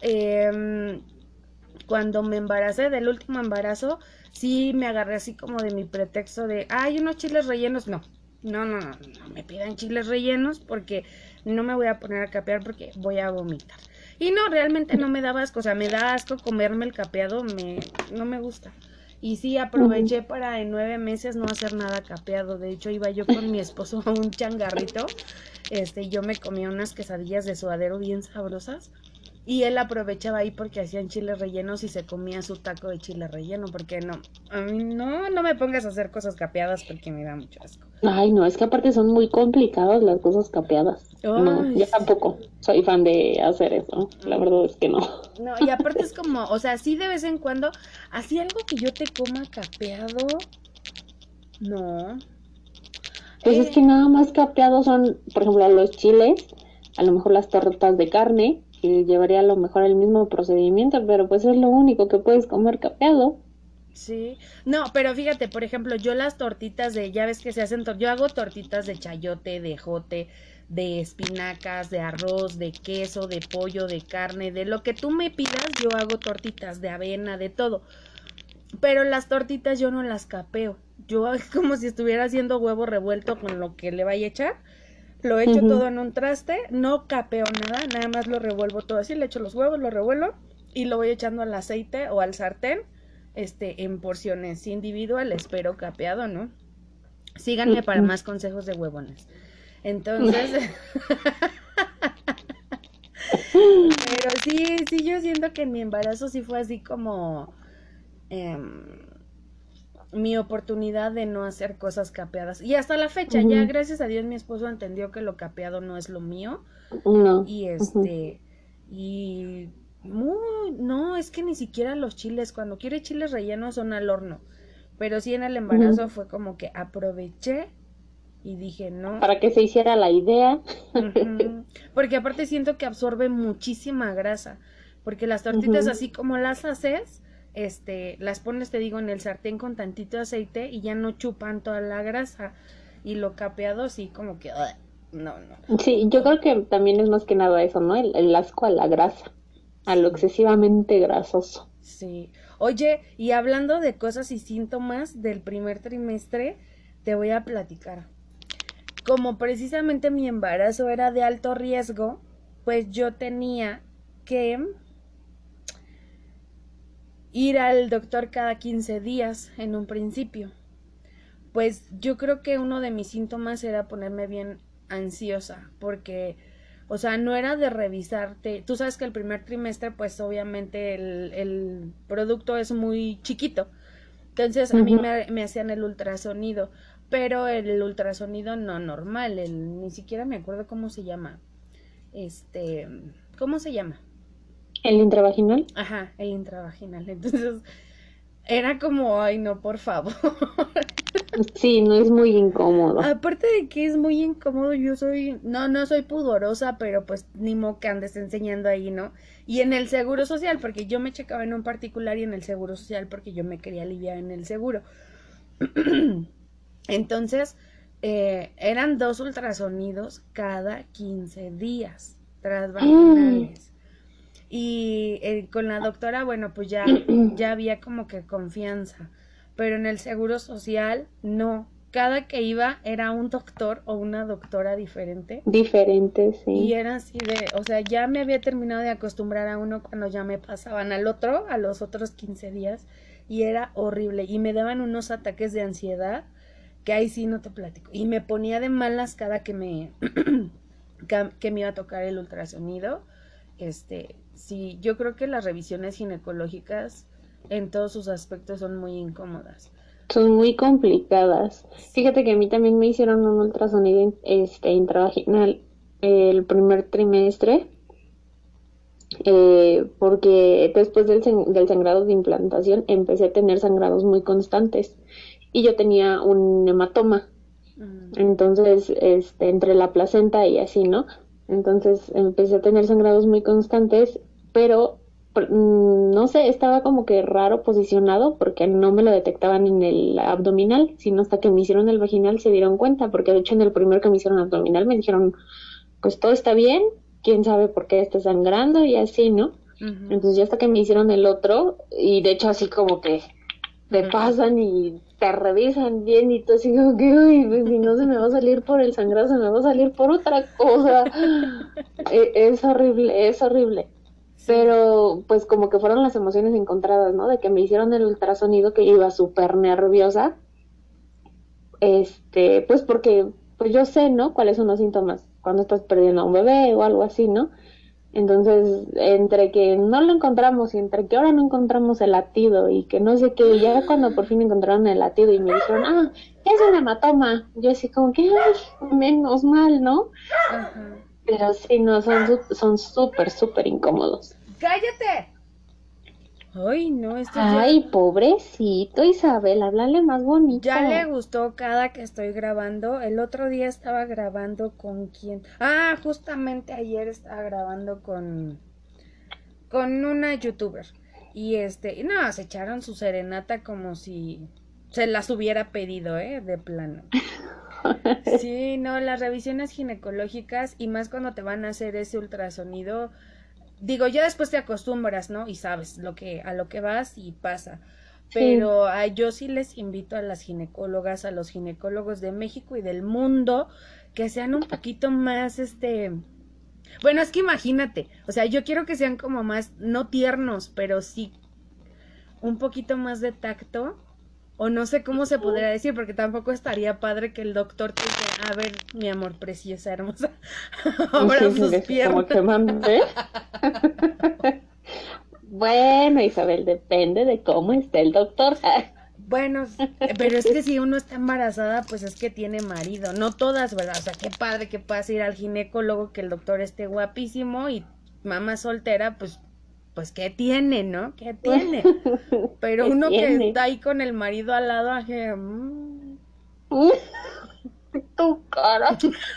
cuando me embaracé, del último embarazo, sí me agarré así como de mi pretexto de, hay unos chiles rellenos. No me pidan chiles rellenos porque no me voy a poner a capear porque voy a vomitar. Y no, realmente no me daba asco, o sea, me da asco comerme el capeado, no me gusta. Y sí, aproveché para en 9 meses no hacer nada capeado. De hecho, iba yo con mi esposo a un changarrito. Yo me comía unas quesadillas de suadero bien sabrosas. Y él aprovechaba ahí porque hacían chiles rellenos y se comía su taco de chile relleno. Porque no, a mí no me pongas a hacer cosas capeadas porque me da mucho asco. Ay, no, es que aparte son muy complicadas las cosas capeadas. No, Ay, yo tampoco soy fan de hacer eso. La verdad es que no. no, y aparte es como, o sea, sí de vez en cuando, así algo que yo te coma capeado, no. Pues es que nada más capeados son, por ejemplo, los chiles, a lo mejor las tortas de carne, que llevaría a lo mejor el mismo procedimiento, pero pues es lo único que puedes comer capeado. Sí, no, pero fíjate, por ejemplo, yo las tortitas ya ves que se hacen, yo hago tortitas de chayote, de jote, de espinacas, de arroz, de queso, de pollo, de carne, de lo que tú me pidas, yo hago tortitas de avena, de todo. Pero las tortitas yo no las capeo. Yo es como si estuviera haciendo huevo revuelto con lo que le vaya a echar. Lo echo todo en un traste, no capeo nada más lo revuelvo todo así, le echo los huevos, lo revuelvo y lo voy echando al aceite o al sartén, en porciones individuales, pero capeado, ¿no? Síganme para más consejos de huevones. Entonces, pero sí, yo siento que en mi embarazo sí fue así como mi oportunidad de no hacer cosas capeadas. Y hasta la fecha, ya gracias a Dios mi esposo entendió que lo capeado no es lo mío. No. Y y no, es que ni siquiera los chiles, cuando quiere chiles rellenos son al horno. Pero sí en el embarazo fue como que aproveché y dije no. Para que se hiciera la idea. Porque aparte siento que absorbe muchísima grasa. Porque las tortitas así como las haces, las pones, te digo, en el sartén con tantito aceite y ya no chupan toda la grasa. Y lo capeado sí como que no. Sí, yo creo que también es más que nada eso, ¿no? El asco a la grasa, a lo excesivamente grasoso. Sí. Oye, y hablando de cosas y síntomas del primer trimestre, te voy a platicar. Como precisamente mi embarazo era de alto riesgo, pues yo tenía que ir al doctor cada 15 días en un principio. Pues yo creo que uno de mis síntomas era ponerme bien ansiosa, porque, o sea, no era de revisarte. Tú sabes que el primer trimestre, pues obviamente el producto es muy chiquito. Entonces a mí me hacían el ultrasonido, pero el ultrasonido no normal, ni siquiera me acuerdo cómo se llama. ¿Cómo se llama? ¿El intravaginal? Ajá, el intravaginal. Entonces era como, ay no, por favor. Sí, no es muy incómodo. Aparte de que es muy incómodo, yo no soy pudorosa, pero pues ni modo que andes enseñando ahí, ¿no? Y en el seguro social, porque yo me checaba en un particular y en el seguro social porque yo me quería aliviar en el seguro. Entonces, eran 2 ultrasonidos cada 15 días, transvaginales. Y con la doctora, bueno, pues ya había como que confianza. Pero en el seguro social, no. cada que iba era un doctor o una doctora diferente. Diferente, sí. Y era así de, o sea, ya me había terminado de acostumbrar a uno cuando ya me pasaban al otro, a los otros 15 días, y era horrible. Y me daban unos ataques de ansiedad que ahí sí no te platico. Y me ponía de malas cada que me, que me iba a tocar el ultrasonido. Sí, yo creo que las revisiones ginecológicas en todos sus aspectos son muy incómodas. Son muy complicadas. Fíjate que a mí también me hicieron un ultrasonido intravaginal el primer trimestre, porque después del sangrado de implantación empecé a tener sangrados muy constantes y yo tenía un hematoma. Entonces, entre la placenta y así, ¿no? Entonces empecé a tener sangrados muy constantes, pero no sé, estaba como que raro posicionado porque no me lo detectaban en el abdominal, sino hasta que me hicieron el vaginal se dieron cuenta, porque de hecho en el primero que me hicieron abdominal me dijeron, pues todo está bien, quién sabe por qué está sangrando y así, ¿no? Entonces ya hasta que me hicieron el otro, y de hecho así como que te pasan y te revisan bien y tú así como que, uy, pues, si no se me va a salir por el sangrado, se me va a salir por otra cosa. Es horrible, es horrible. Sí. Pero pues como que fueron las emociones encontradas, ¿no? De que me hicieron el ultrasonido, que yo iba súper nerviosa. Pues porque pues yo sé, ¿no? Cuáles son los síntomas cuando estás perdiendo a un bebé o algo así, ¿no? Entonces, entre que no lo encontramos y entre que ahora no encontramos el latido y que no sé qué, ya cuando por fin encontraron el latido y me dijeron, es un hematoma, yo así como que, ay, menos mal, ¿no? Ajá. Pero sí, no, son súper, súper incómodos. ¡Cállate! Ay, no, Ay, pobrecito Isabel, háblale más bonito. Ya le gustó cada que estoy grabando. El otro día estaba grabando con quién. Justamente ayer estaba grabando con una youtuber. Y no, se echaron su serenata como si se las hubiera pedido, de plano. Sí, no, las revisiones ginecológicas y más cuando te van a hacer ese ultrasonido. Digo, ya después te acostumbras, ¿no? Y sabes a lo que vas y pasa. Pero yo sí les invito a las ginecólogas, a los ginecólogos de México y del mundo, que sean un poquito más, bueno, es que imagínate, o sea, yo quiero que sean como más, no tiernos, pero sí un poquito más de tacto, o no sé cómo se podría decir, porque tampoco estaría padre que el doctor te diga, a ver, mi amor preciosa, hermosa, abra sus piernas. Como que mande. Bueno, Isabel, depende de cómo esté el doctor. Bueno, pero es que si uno está embarazada, pues es que tiene marido, no todas, ¿verdad? O sea, qué padre que puedas ir al ginecólogo, que el doctor esté guapísimo y mamá soltera, pues ¿qué tiene, no? ¿Qué tiene? Pero uno que está ahí con el marido al lado, Tu cara.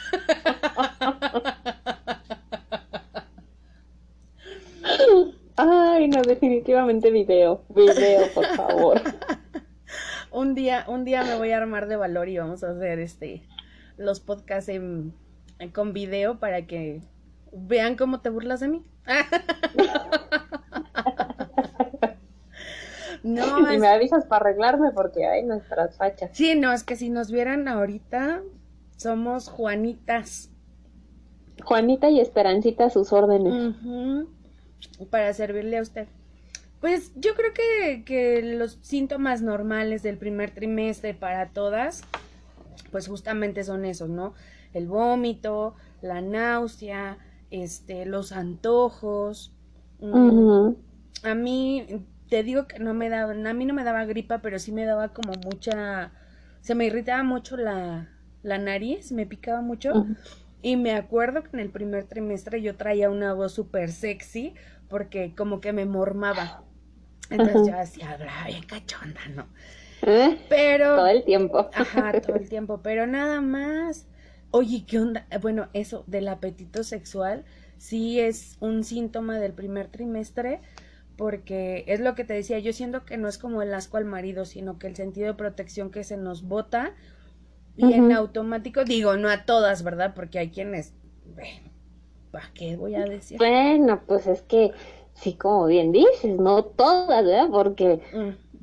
Ay, no, definitivamente video, por favor. Un día me voy a armar de valor y vamos a hacer los podcasts con video para que vean cómo te burlas de mí. No, y me avisas para arreglarme porque hay nuestras fachas. Sí, no, es que si nos vieran ahorita, somos Juanitas. Juanita y Esperancita a sus órdenes. Para servirle a usted. Pues yo creo que los síntomas normales del primer trimestre para todas, pues justamente son esos, ¿no? El vómito, la náusea, los antojos. A mí, te digo que a mí no me daba gripa, pero sí me daba como se me irritaba mucho la nariz, me picaba mucho. Y me acuerdo que en el primer trimestre yo traía una voz súper sexy porque como que me mormaba. Entonces yo hacía, hablaba bien cachonda, ¿no? Pero... Todo el tiempo. Ajá, todo el tiempo, pero nada más. Oye, ¿qué onda? Bueno, eso del apetito sexual sí es un síntoma del primer trimestre porque es lo que te decía, yo siento que no es como el asco al marido, sino que el sentido de protección que se nos bota y en automático, digo, no a todas, ¿verdad? Porque hay quienes, ¿para qué voy a decir? Bueno, pues es que sí, como bien dices, no todas, ¿verdad? Porque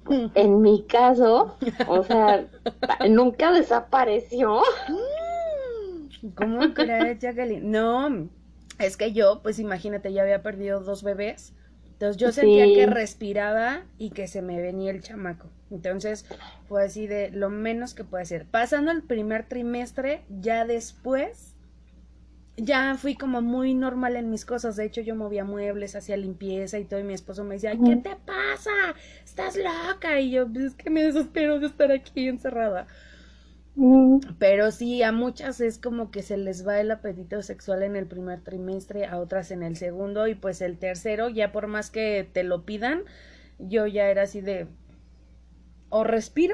En mi caso, o sea, nunca desapareció. ¿Cómo crees, Jacqueline? No, es que yo, pues imagínate, ya había perdido 2 bebés. Entonces yo sentía que Sí. respiraba y que se me venía el chamaco. Entonces fue así de lo menos que puede ser. Pasando el primer trimestre, ya después, ya fui como muy normal en mis cosas. De hecho, yo movía muebles, hacía limpieza y todo. Y mi esposo me decía, ¿qué te pasa? ¿Estás loca? Y yo, pues es que me desespero de estar aquí encerrada. Mm. Pero sí, a muchas es como que se les va el apetito sexual en el primer trimestre, a otras en el segundo y pues el tercero, ya por más que te lo pidan, yo ya era así de, o respiro,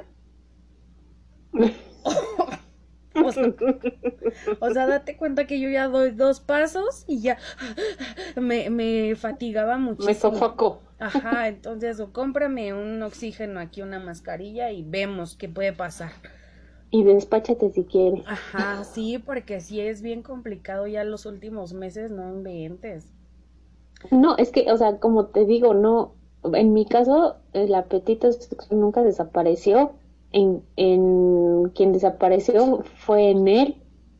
o sea, date cuenta que yo ya doy 2 pasos y ya me fatigaba Me muchísimo. sofocó. Ajá, entonces o cómprame un oxígeno aquí, una mascarilla y vemos qué puede pasar. Y despáchate si quieres. Ajá, sí, porque sí es bien complicado ya los últimos meses, no inventes. No, es que, o sea, como te digo, no, en mi caso, el apetito sexual nunca desapareció. En quien desapareció fue en él.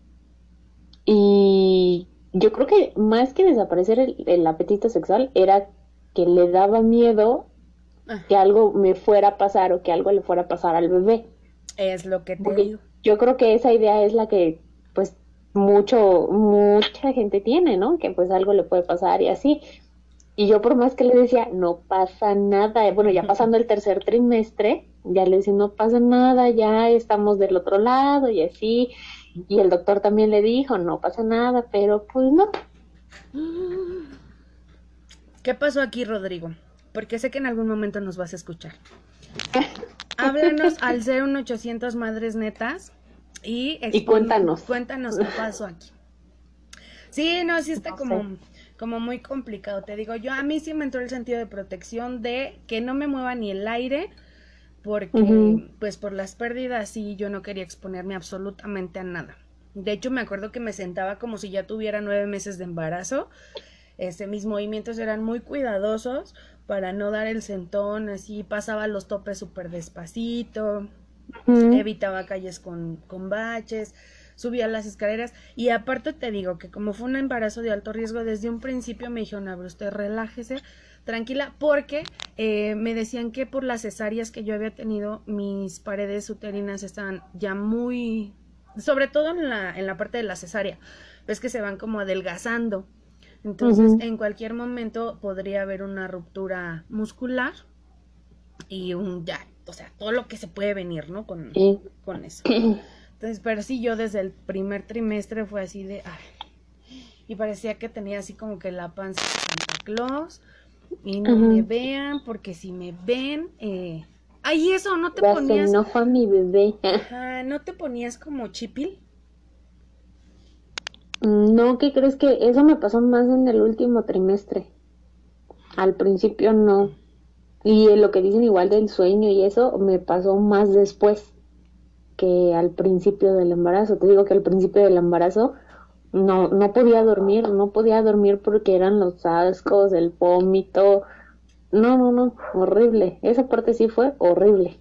Y yo creo que más que desaparecer el apetito sexual era que le daba miedo Ah, que algo me fuera a pasar o que algo le fuera a pasar al bebé. es lo que te Porque digo. yo creo que esa idea es la que, pues, mucha gente tiene, ¿no? Que pues algo le puede pasar y así. Y yo por más que le decía, no pasa nada, bueno, ya pasando el tercer trimestre, ya le decía, no pasa nada, ya estamos del otro lado y así. Y el doctor también le dijo, no pasa nada, pero pues no. ¿Qué pasó aquí, Rodrigo? Porque sé que en algún momento nos vas a escuchar. Háblanos al 01800 Madres Netas y Y cuéntanos. cuéntanos qué pasó aquí. Sí, no, sí está No como, sé. como muy complicado. Te digo, yo a mí sí me entró el sentido de protección de que no me mueva ni el aire, porque Ujú. pues por las pérdidas sí yo no quería exponerme absolutamente a nada. De hecho, me acuerdo que me sentaba como si ya tuviera 9 meses de embarazo. Mis movimientos eran muy cuidadosos para no dar el sentón, así pasaba los topes súper despacito, Ujú. evitaba calles con baches, subía las escaleras y aparte te digo que como fue un embarazo de alto riesgo, desde un principio me dijeron, a ver, usted relájese, tranquila, porque me decían que por las cesáreas que yo había tenido, mis paredes uterinas estaban ya muy, sobre todo en la parte de la cesárea, ves que se van como adelgazando. Entonces, Ujú. en cualquier momento podría haber una ruptura muscular y un ya, o sea, todo lo que se puede venir, ¿no? Sí. Con eso. Entonces, pero sí, yo desde el primer trimestre fue así de, ay, y parecía que tenía así como que la panza de Santa Claus y no me Ujú. vean, porque si me ven, ay, eso, no te Ya se ponías, enoja mi bebé. ajá, no te ponías como chipil. No, ¿qué crees que eso me pasó más en el último trimestre? Al principio no. Y lo que dicen igual del sueño y eso me pasó más después que al principio del embarazo. Te digo que al principio del embarazo no podía dormir, no podía dormir porque eran los ascos, el vómito. No, horrible. Esa parte sí fue horrible.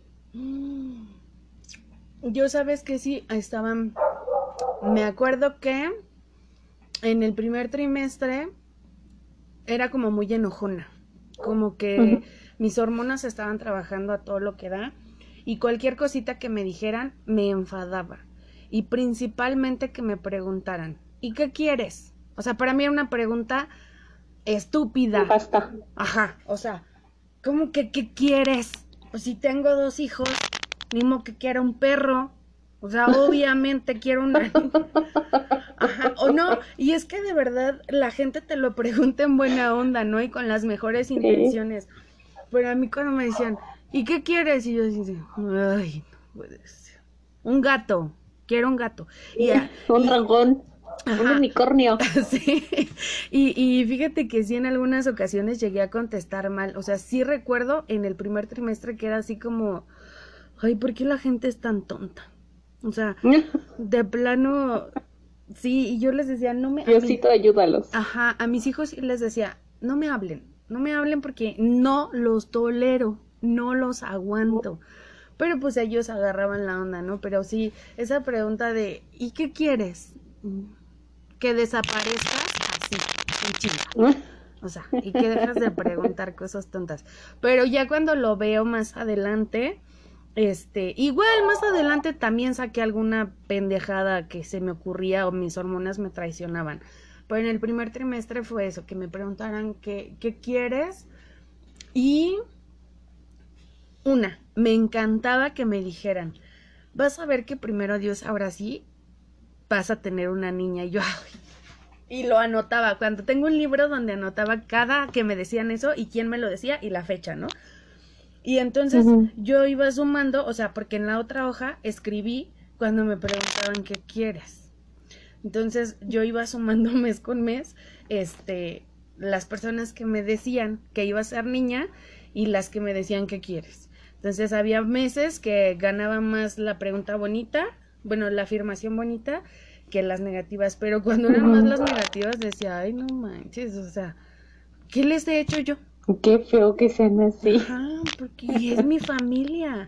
Yo sabes que sí, estaban, me acuerdo que en el primer trimestre era como muy enojona, como que Ujú. mis hormonas estaban trabajando a todo lo que da y cualquier cosita que me dijeran me enfadaba y principalmente que me preguntaran, ¿y qué quieres? O sea, para mí era una pregunta estúpida. Basta. Ajá, o sea, ¿cómo que qué quieres? Pues si tengo 2 hijos, ni modo que quiera un perro. O sea, obviamente quiero una ajá, o no, y es que de verdad la gente te lo pregunta en buena onda, ¿no? Y con las mejores Sí. intenciones. Pero a mí cuando me decían, ¿y qué quieres? Y yo así, ay, no puede ser. Un gato, quiero un gato. Un Y dragón, un ajá, unicornio. sí. Y fíjate que sí en algunas ocasiones llegué a contestar mal. O sea, sí recuerdo en el primer trimestre que era así como, ay, ¿por qué la gente es tan tonta? O sea, de plano, sí, y yo les decía, no me, a mí, Diosito, ayúdalos. ajá, a mis hijos sí les decía, no me hablen porque no los tolero, no los aguanto. Pero pues ellos agarraban la onda, ¿no? Pero sí, esa pregunta de, ¿y qué quieres? Que desaparezcas así, en chinga. O sea, y que dejas de preguntar cosas tontas. Pero ya cuando lo veo más adelante, igual más adelante también saqué alguna pendejada que se me ocurría o mis hormonas me traicionaban. Pero en el primer trimestre fue eso, que me preguntaran qué quieres. Y me encantaba que me dijeran, vas a ver que primero Dios, ahora sí, vas a tener una niña. Y yo, y lo anotaba. Cuando tengo un libro donde anotaba cada que me decían eso y quién me lo decía y la fecha, ¿no? Y entonces yo iba sumando, o sea, porque en la otra hoja escribí cuando me preguntaban qué quieres. Entonces yo iba sumando mes con mes, las personas que me decían que iba a ser niña y las que me decían qué quieres. Entonces había meses que ganaba más la pregunta bonita, bueno, la afirmación bonita, que las negativas, pero cuando eran más las negativas decía, ay, no manches, o sea, ¿qué les he hecho yo? Qué feo que sean así. Ajá, porque es mi familia.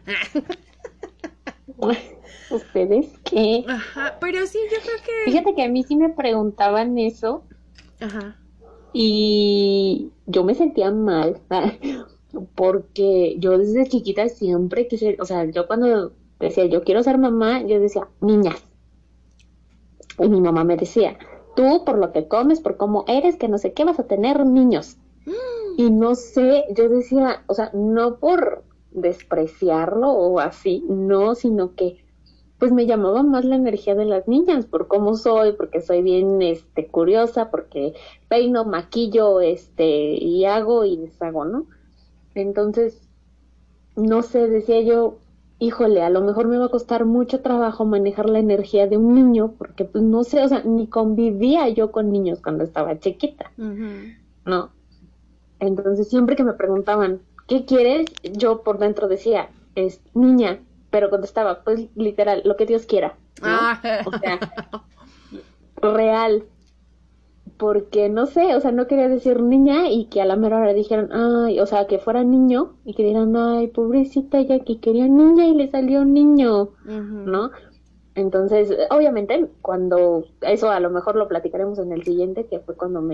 ¿Ustedes qué? Ajá, pero sí, yo creo que... Fíjate que a mí sí me preguntaban eso. Ajá. Y yo me sentía mal, porque yo desde chiquita siempre quise, o sea, yo cuando decía yo quiero ser mamá, yo decía niñas. Y mi mamá me decía, tú por lo que comes, por cómo eres, que no sé qué, vas a tener niños. Y no sé, yo decía, o sea, no por despreciarlo o así, no, sino que pues me llamaba más la energía de las niñas, por cómo soy, porque soy bien curiosa, porque peino, maquillo, y hago y deshago, ¿no? Entonces, no sé, decía yo, híjole, a lo mejor me va a costar mucho trabajo manejar la energía de un niño, porque pues no sé, o sea, ni convivía yo con niños cuando estaba chiquita, ¿no? Entonces, siempre que me preguntaban, ¿qué quieres? Yo por dentro decía, es niña, pero contestaba, pues literal, lo que Dios quiera, ¿no? O sea, real, porque no sé, o sea, no quería decir niña y que a la mera hora dijeran, ay, o sea, que fuera niño y que dijeran, ay, pobrecita, ella que quería niña y le salió niño, ¿no? Entonces, obviamente, cuando, eso a lo mejor lo platicaremos en el siguiente, que fue cuando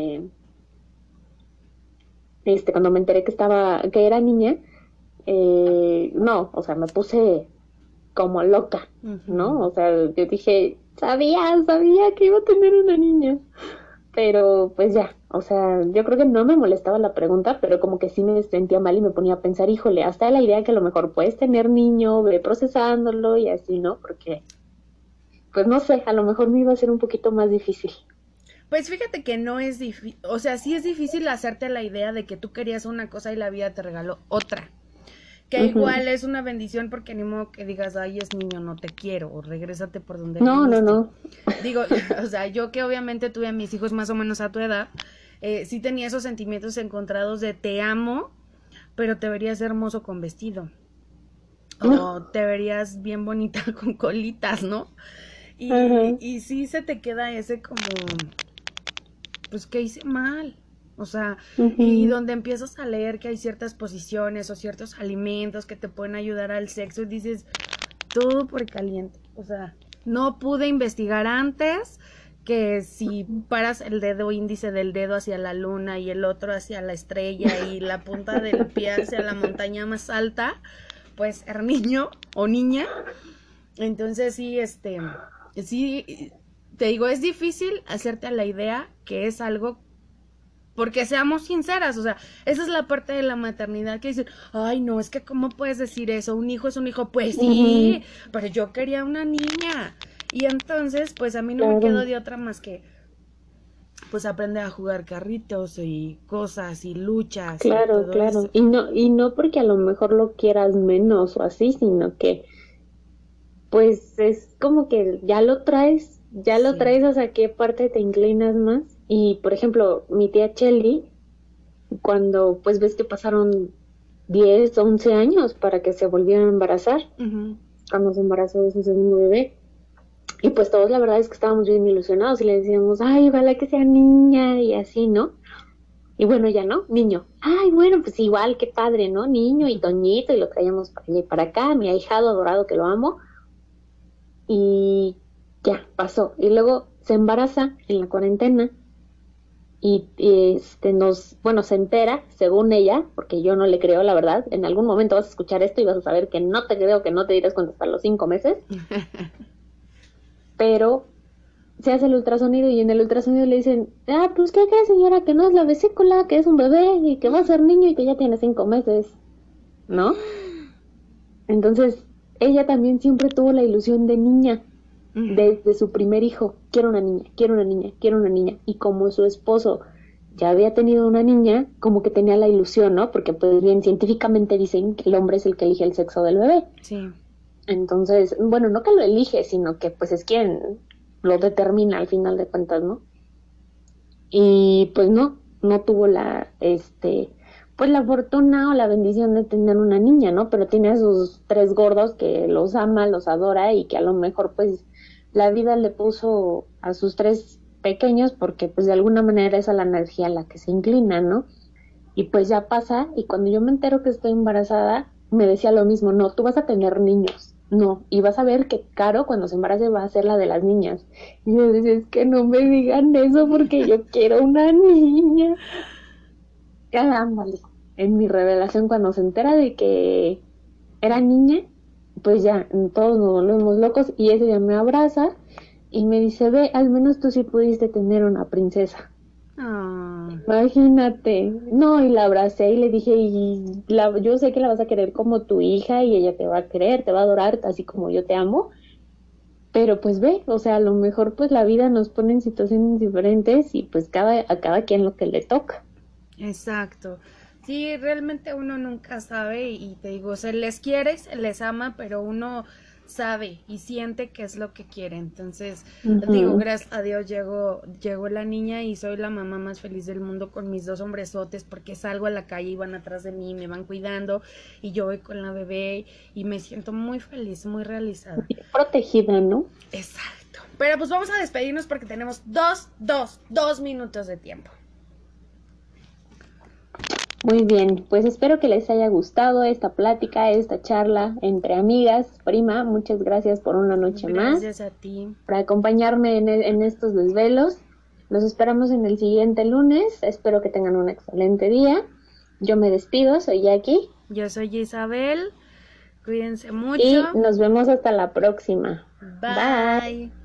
cuando me enteré que era niña, no, o sea, me puse como loca, ¿no? O sea, yo dije, sabía que iba a tener una niña, pero pues ya, o sea, yo creo que no me molestaba la pregunta, pero como que sí me sentía mal y me ponía a pensar, híjole, hasta la idea que a lo mejor puedes tener niño, ve procesándolo y así, ¿no? Porque, pues no sé, a lo mejor me iba a ser un poquito más difícil. Pues fíjate que no es difícil, o sea, sí es difícil hacerte la idea de que tú querías una cosa y la vida te regaló otra. Que igual es una bendición porque ni modo que digas, ay, es niño, no te quiero, o regrésate por donde viniste. No. Digo, o sea, yo que obviamente tuve a mis hijos más o menos a tu edad, sí tenía esos sentimientos encontrados de te amo, pero te verías hermoso con vestido. O te verías bien bonita con colitas, ¿no? Y sí se te queda ese como, pues, ¿qué hice mal? O sea, y donde empiezas a leer que hay ciertas posiciones o ciertos alimentos que te pueden ayudar al sexo y dices, todo por caliente. O sea, no pude investigar antes que si paras el dedo índice del dedo hacia la luna y el otro hacia la estrella y la punta del pie hacia la montaña más alta, pues era niño o niña. Entonces sí, sí, te digo, es difícil hacerte a la idea que es algo, porque seamos sinceras, o sea, esa es la parte de la maternidad que dicen, ay, no, es que ¿cómo puedes decir eso? Un hijo es un hijo, pues sí, pero yo quería una niña. Y entonces, pues a mí no me quedó de otra más que, pues aprender a jugar carritos y cosas y luchas. Claro, y todo claro. eso. Y no porque a lo mejor lo quieras menos o así, sino que pues es como que ya lo traes, hacia qué parte te inclinas más. Y por ejemplo, mi tía Chelly, cuando pues ves que pasaron 10, 11 años para que se volvieran a embarazar, cuando se embarazó de su segundo bebé. Y pues todos la verdad es que estábamos bien ilusionados y le decíamos, ay, ojalá que sea niña y así, ¿no? Y bueno, ya no, niño. Ay, bueno, pues igual, qué padre, ¿no? Niño y Toñito, y lo traíamos para allá y para acá, mi ahijado adorado que lo amo. Y ya, pasó. Y luego se embaraza en la cuarentena bueno, se entera, según ella, porque yo no le creo, la verdad. En algún momento vas a escuchar esto y vas a saber que no te creo, que no te dirás cuando hasta los 5 meses. Pero se hace el ultrasonido y en el ultrasonido le dicen, pues ¿qué cree, señora? Que no es la vesícula, que es un bebé y que va a ser niño y que ya tiene 5 meses, ¿no? Entonces, ella también siempre tuvo la ilusión de niña desde su primer hijo. Quiero una niña, quiero una niña, quiero una niña. Y como su esposo ya había tenido una niña, como que tenía la ilusión, ¿no? Porque pues bien, científicamente dicen que el hombre es el que elige el sexo del bebé. Sí. Entonces, bueno, no que lo elige, sino que pues es quien lo determina al final de cuentas, ¿no? Y pues no tuvo pues la fortuna o la bendición de tener una niña, ¿no? Pero tiene a sus 3 gordos que los ama, los adora y que a lo mejor pues la vida le puso a sus 3 pequeños porque pues de alguna manera es a la energía a la que se inclina, ¿no? Y pues ya pasa, y cuando yo me entero que estoy embarazada, me decía lo mismo, no, tú vas a tener niños, no, y vas a ver que Caro cuando se embarace va a ser la de las niñas. Y yo decía, es que no me digan eso porque yo quiero una niña. Ándale. En mi revelación, cuando se entera de que era niña, pues ya todos nos volvemos locos y ese día me abraza y me dice, ve, al menos tú sí pudiste tener una princesa. Imagínate. No, y la abracé y le dije, yo sé que la vas a querer como tu hija y ella te va a querer, te va a adorar, así como yo te amo. Pero pues ve, o sea, a lo mejor pues la vida nos pone en situaciones diferentes y pues a cada quien lo que le toca. Exacto. Sí, realmente uno nunca sabe y te digo, se les quiere, se les ama, pero uno sabe y siente qué es lo que quiere. Entonces, digo, gracias a Dios llegó la niña y soy la mamá más feliz del mundo con mis 2 hombresotes porque salgo a la calle y van atrás de mí, me van cuidando y yo voy con la bebé y me siento muy feliz, muy realizada. Protegida, ¿no? Exacto. Pero pues vamos a despedirnos porque tenemos dos minutos de tiempo. Muy bien, pues espero que les haya gustado esta plática, esta charla entre amigas. Prima, muchas gracias por una noche más. Gracias a ti. Por acompañarme en estos desvelos. Los esperamos en el siguiente lunes. Espero que tengan un excelente día. Yo me despido, soy Jackie. Yo soy Isabel. Cuídense mucho. Y nos vemos hasta la próxima. Bye.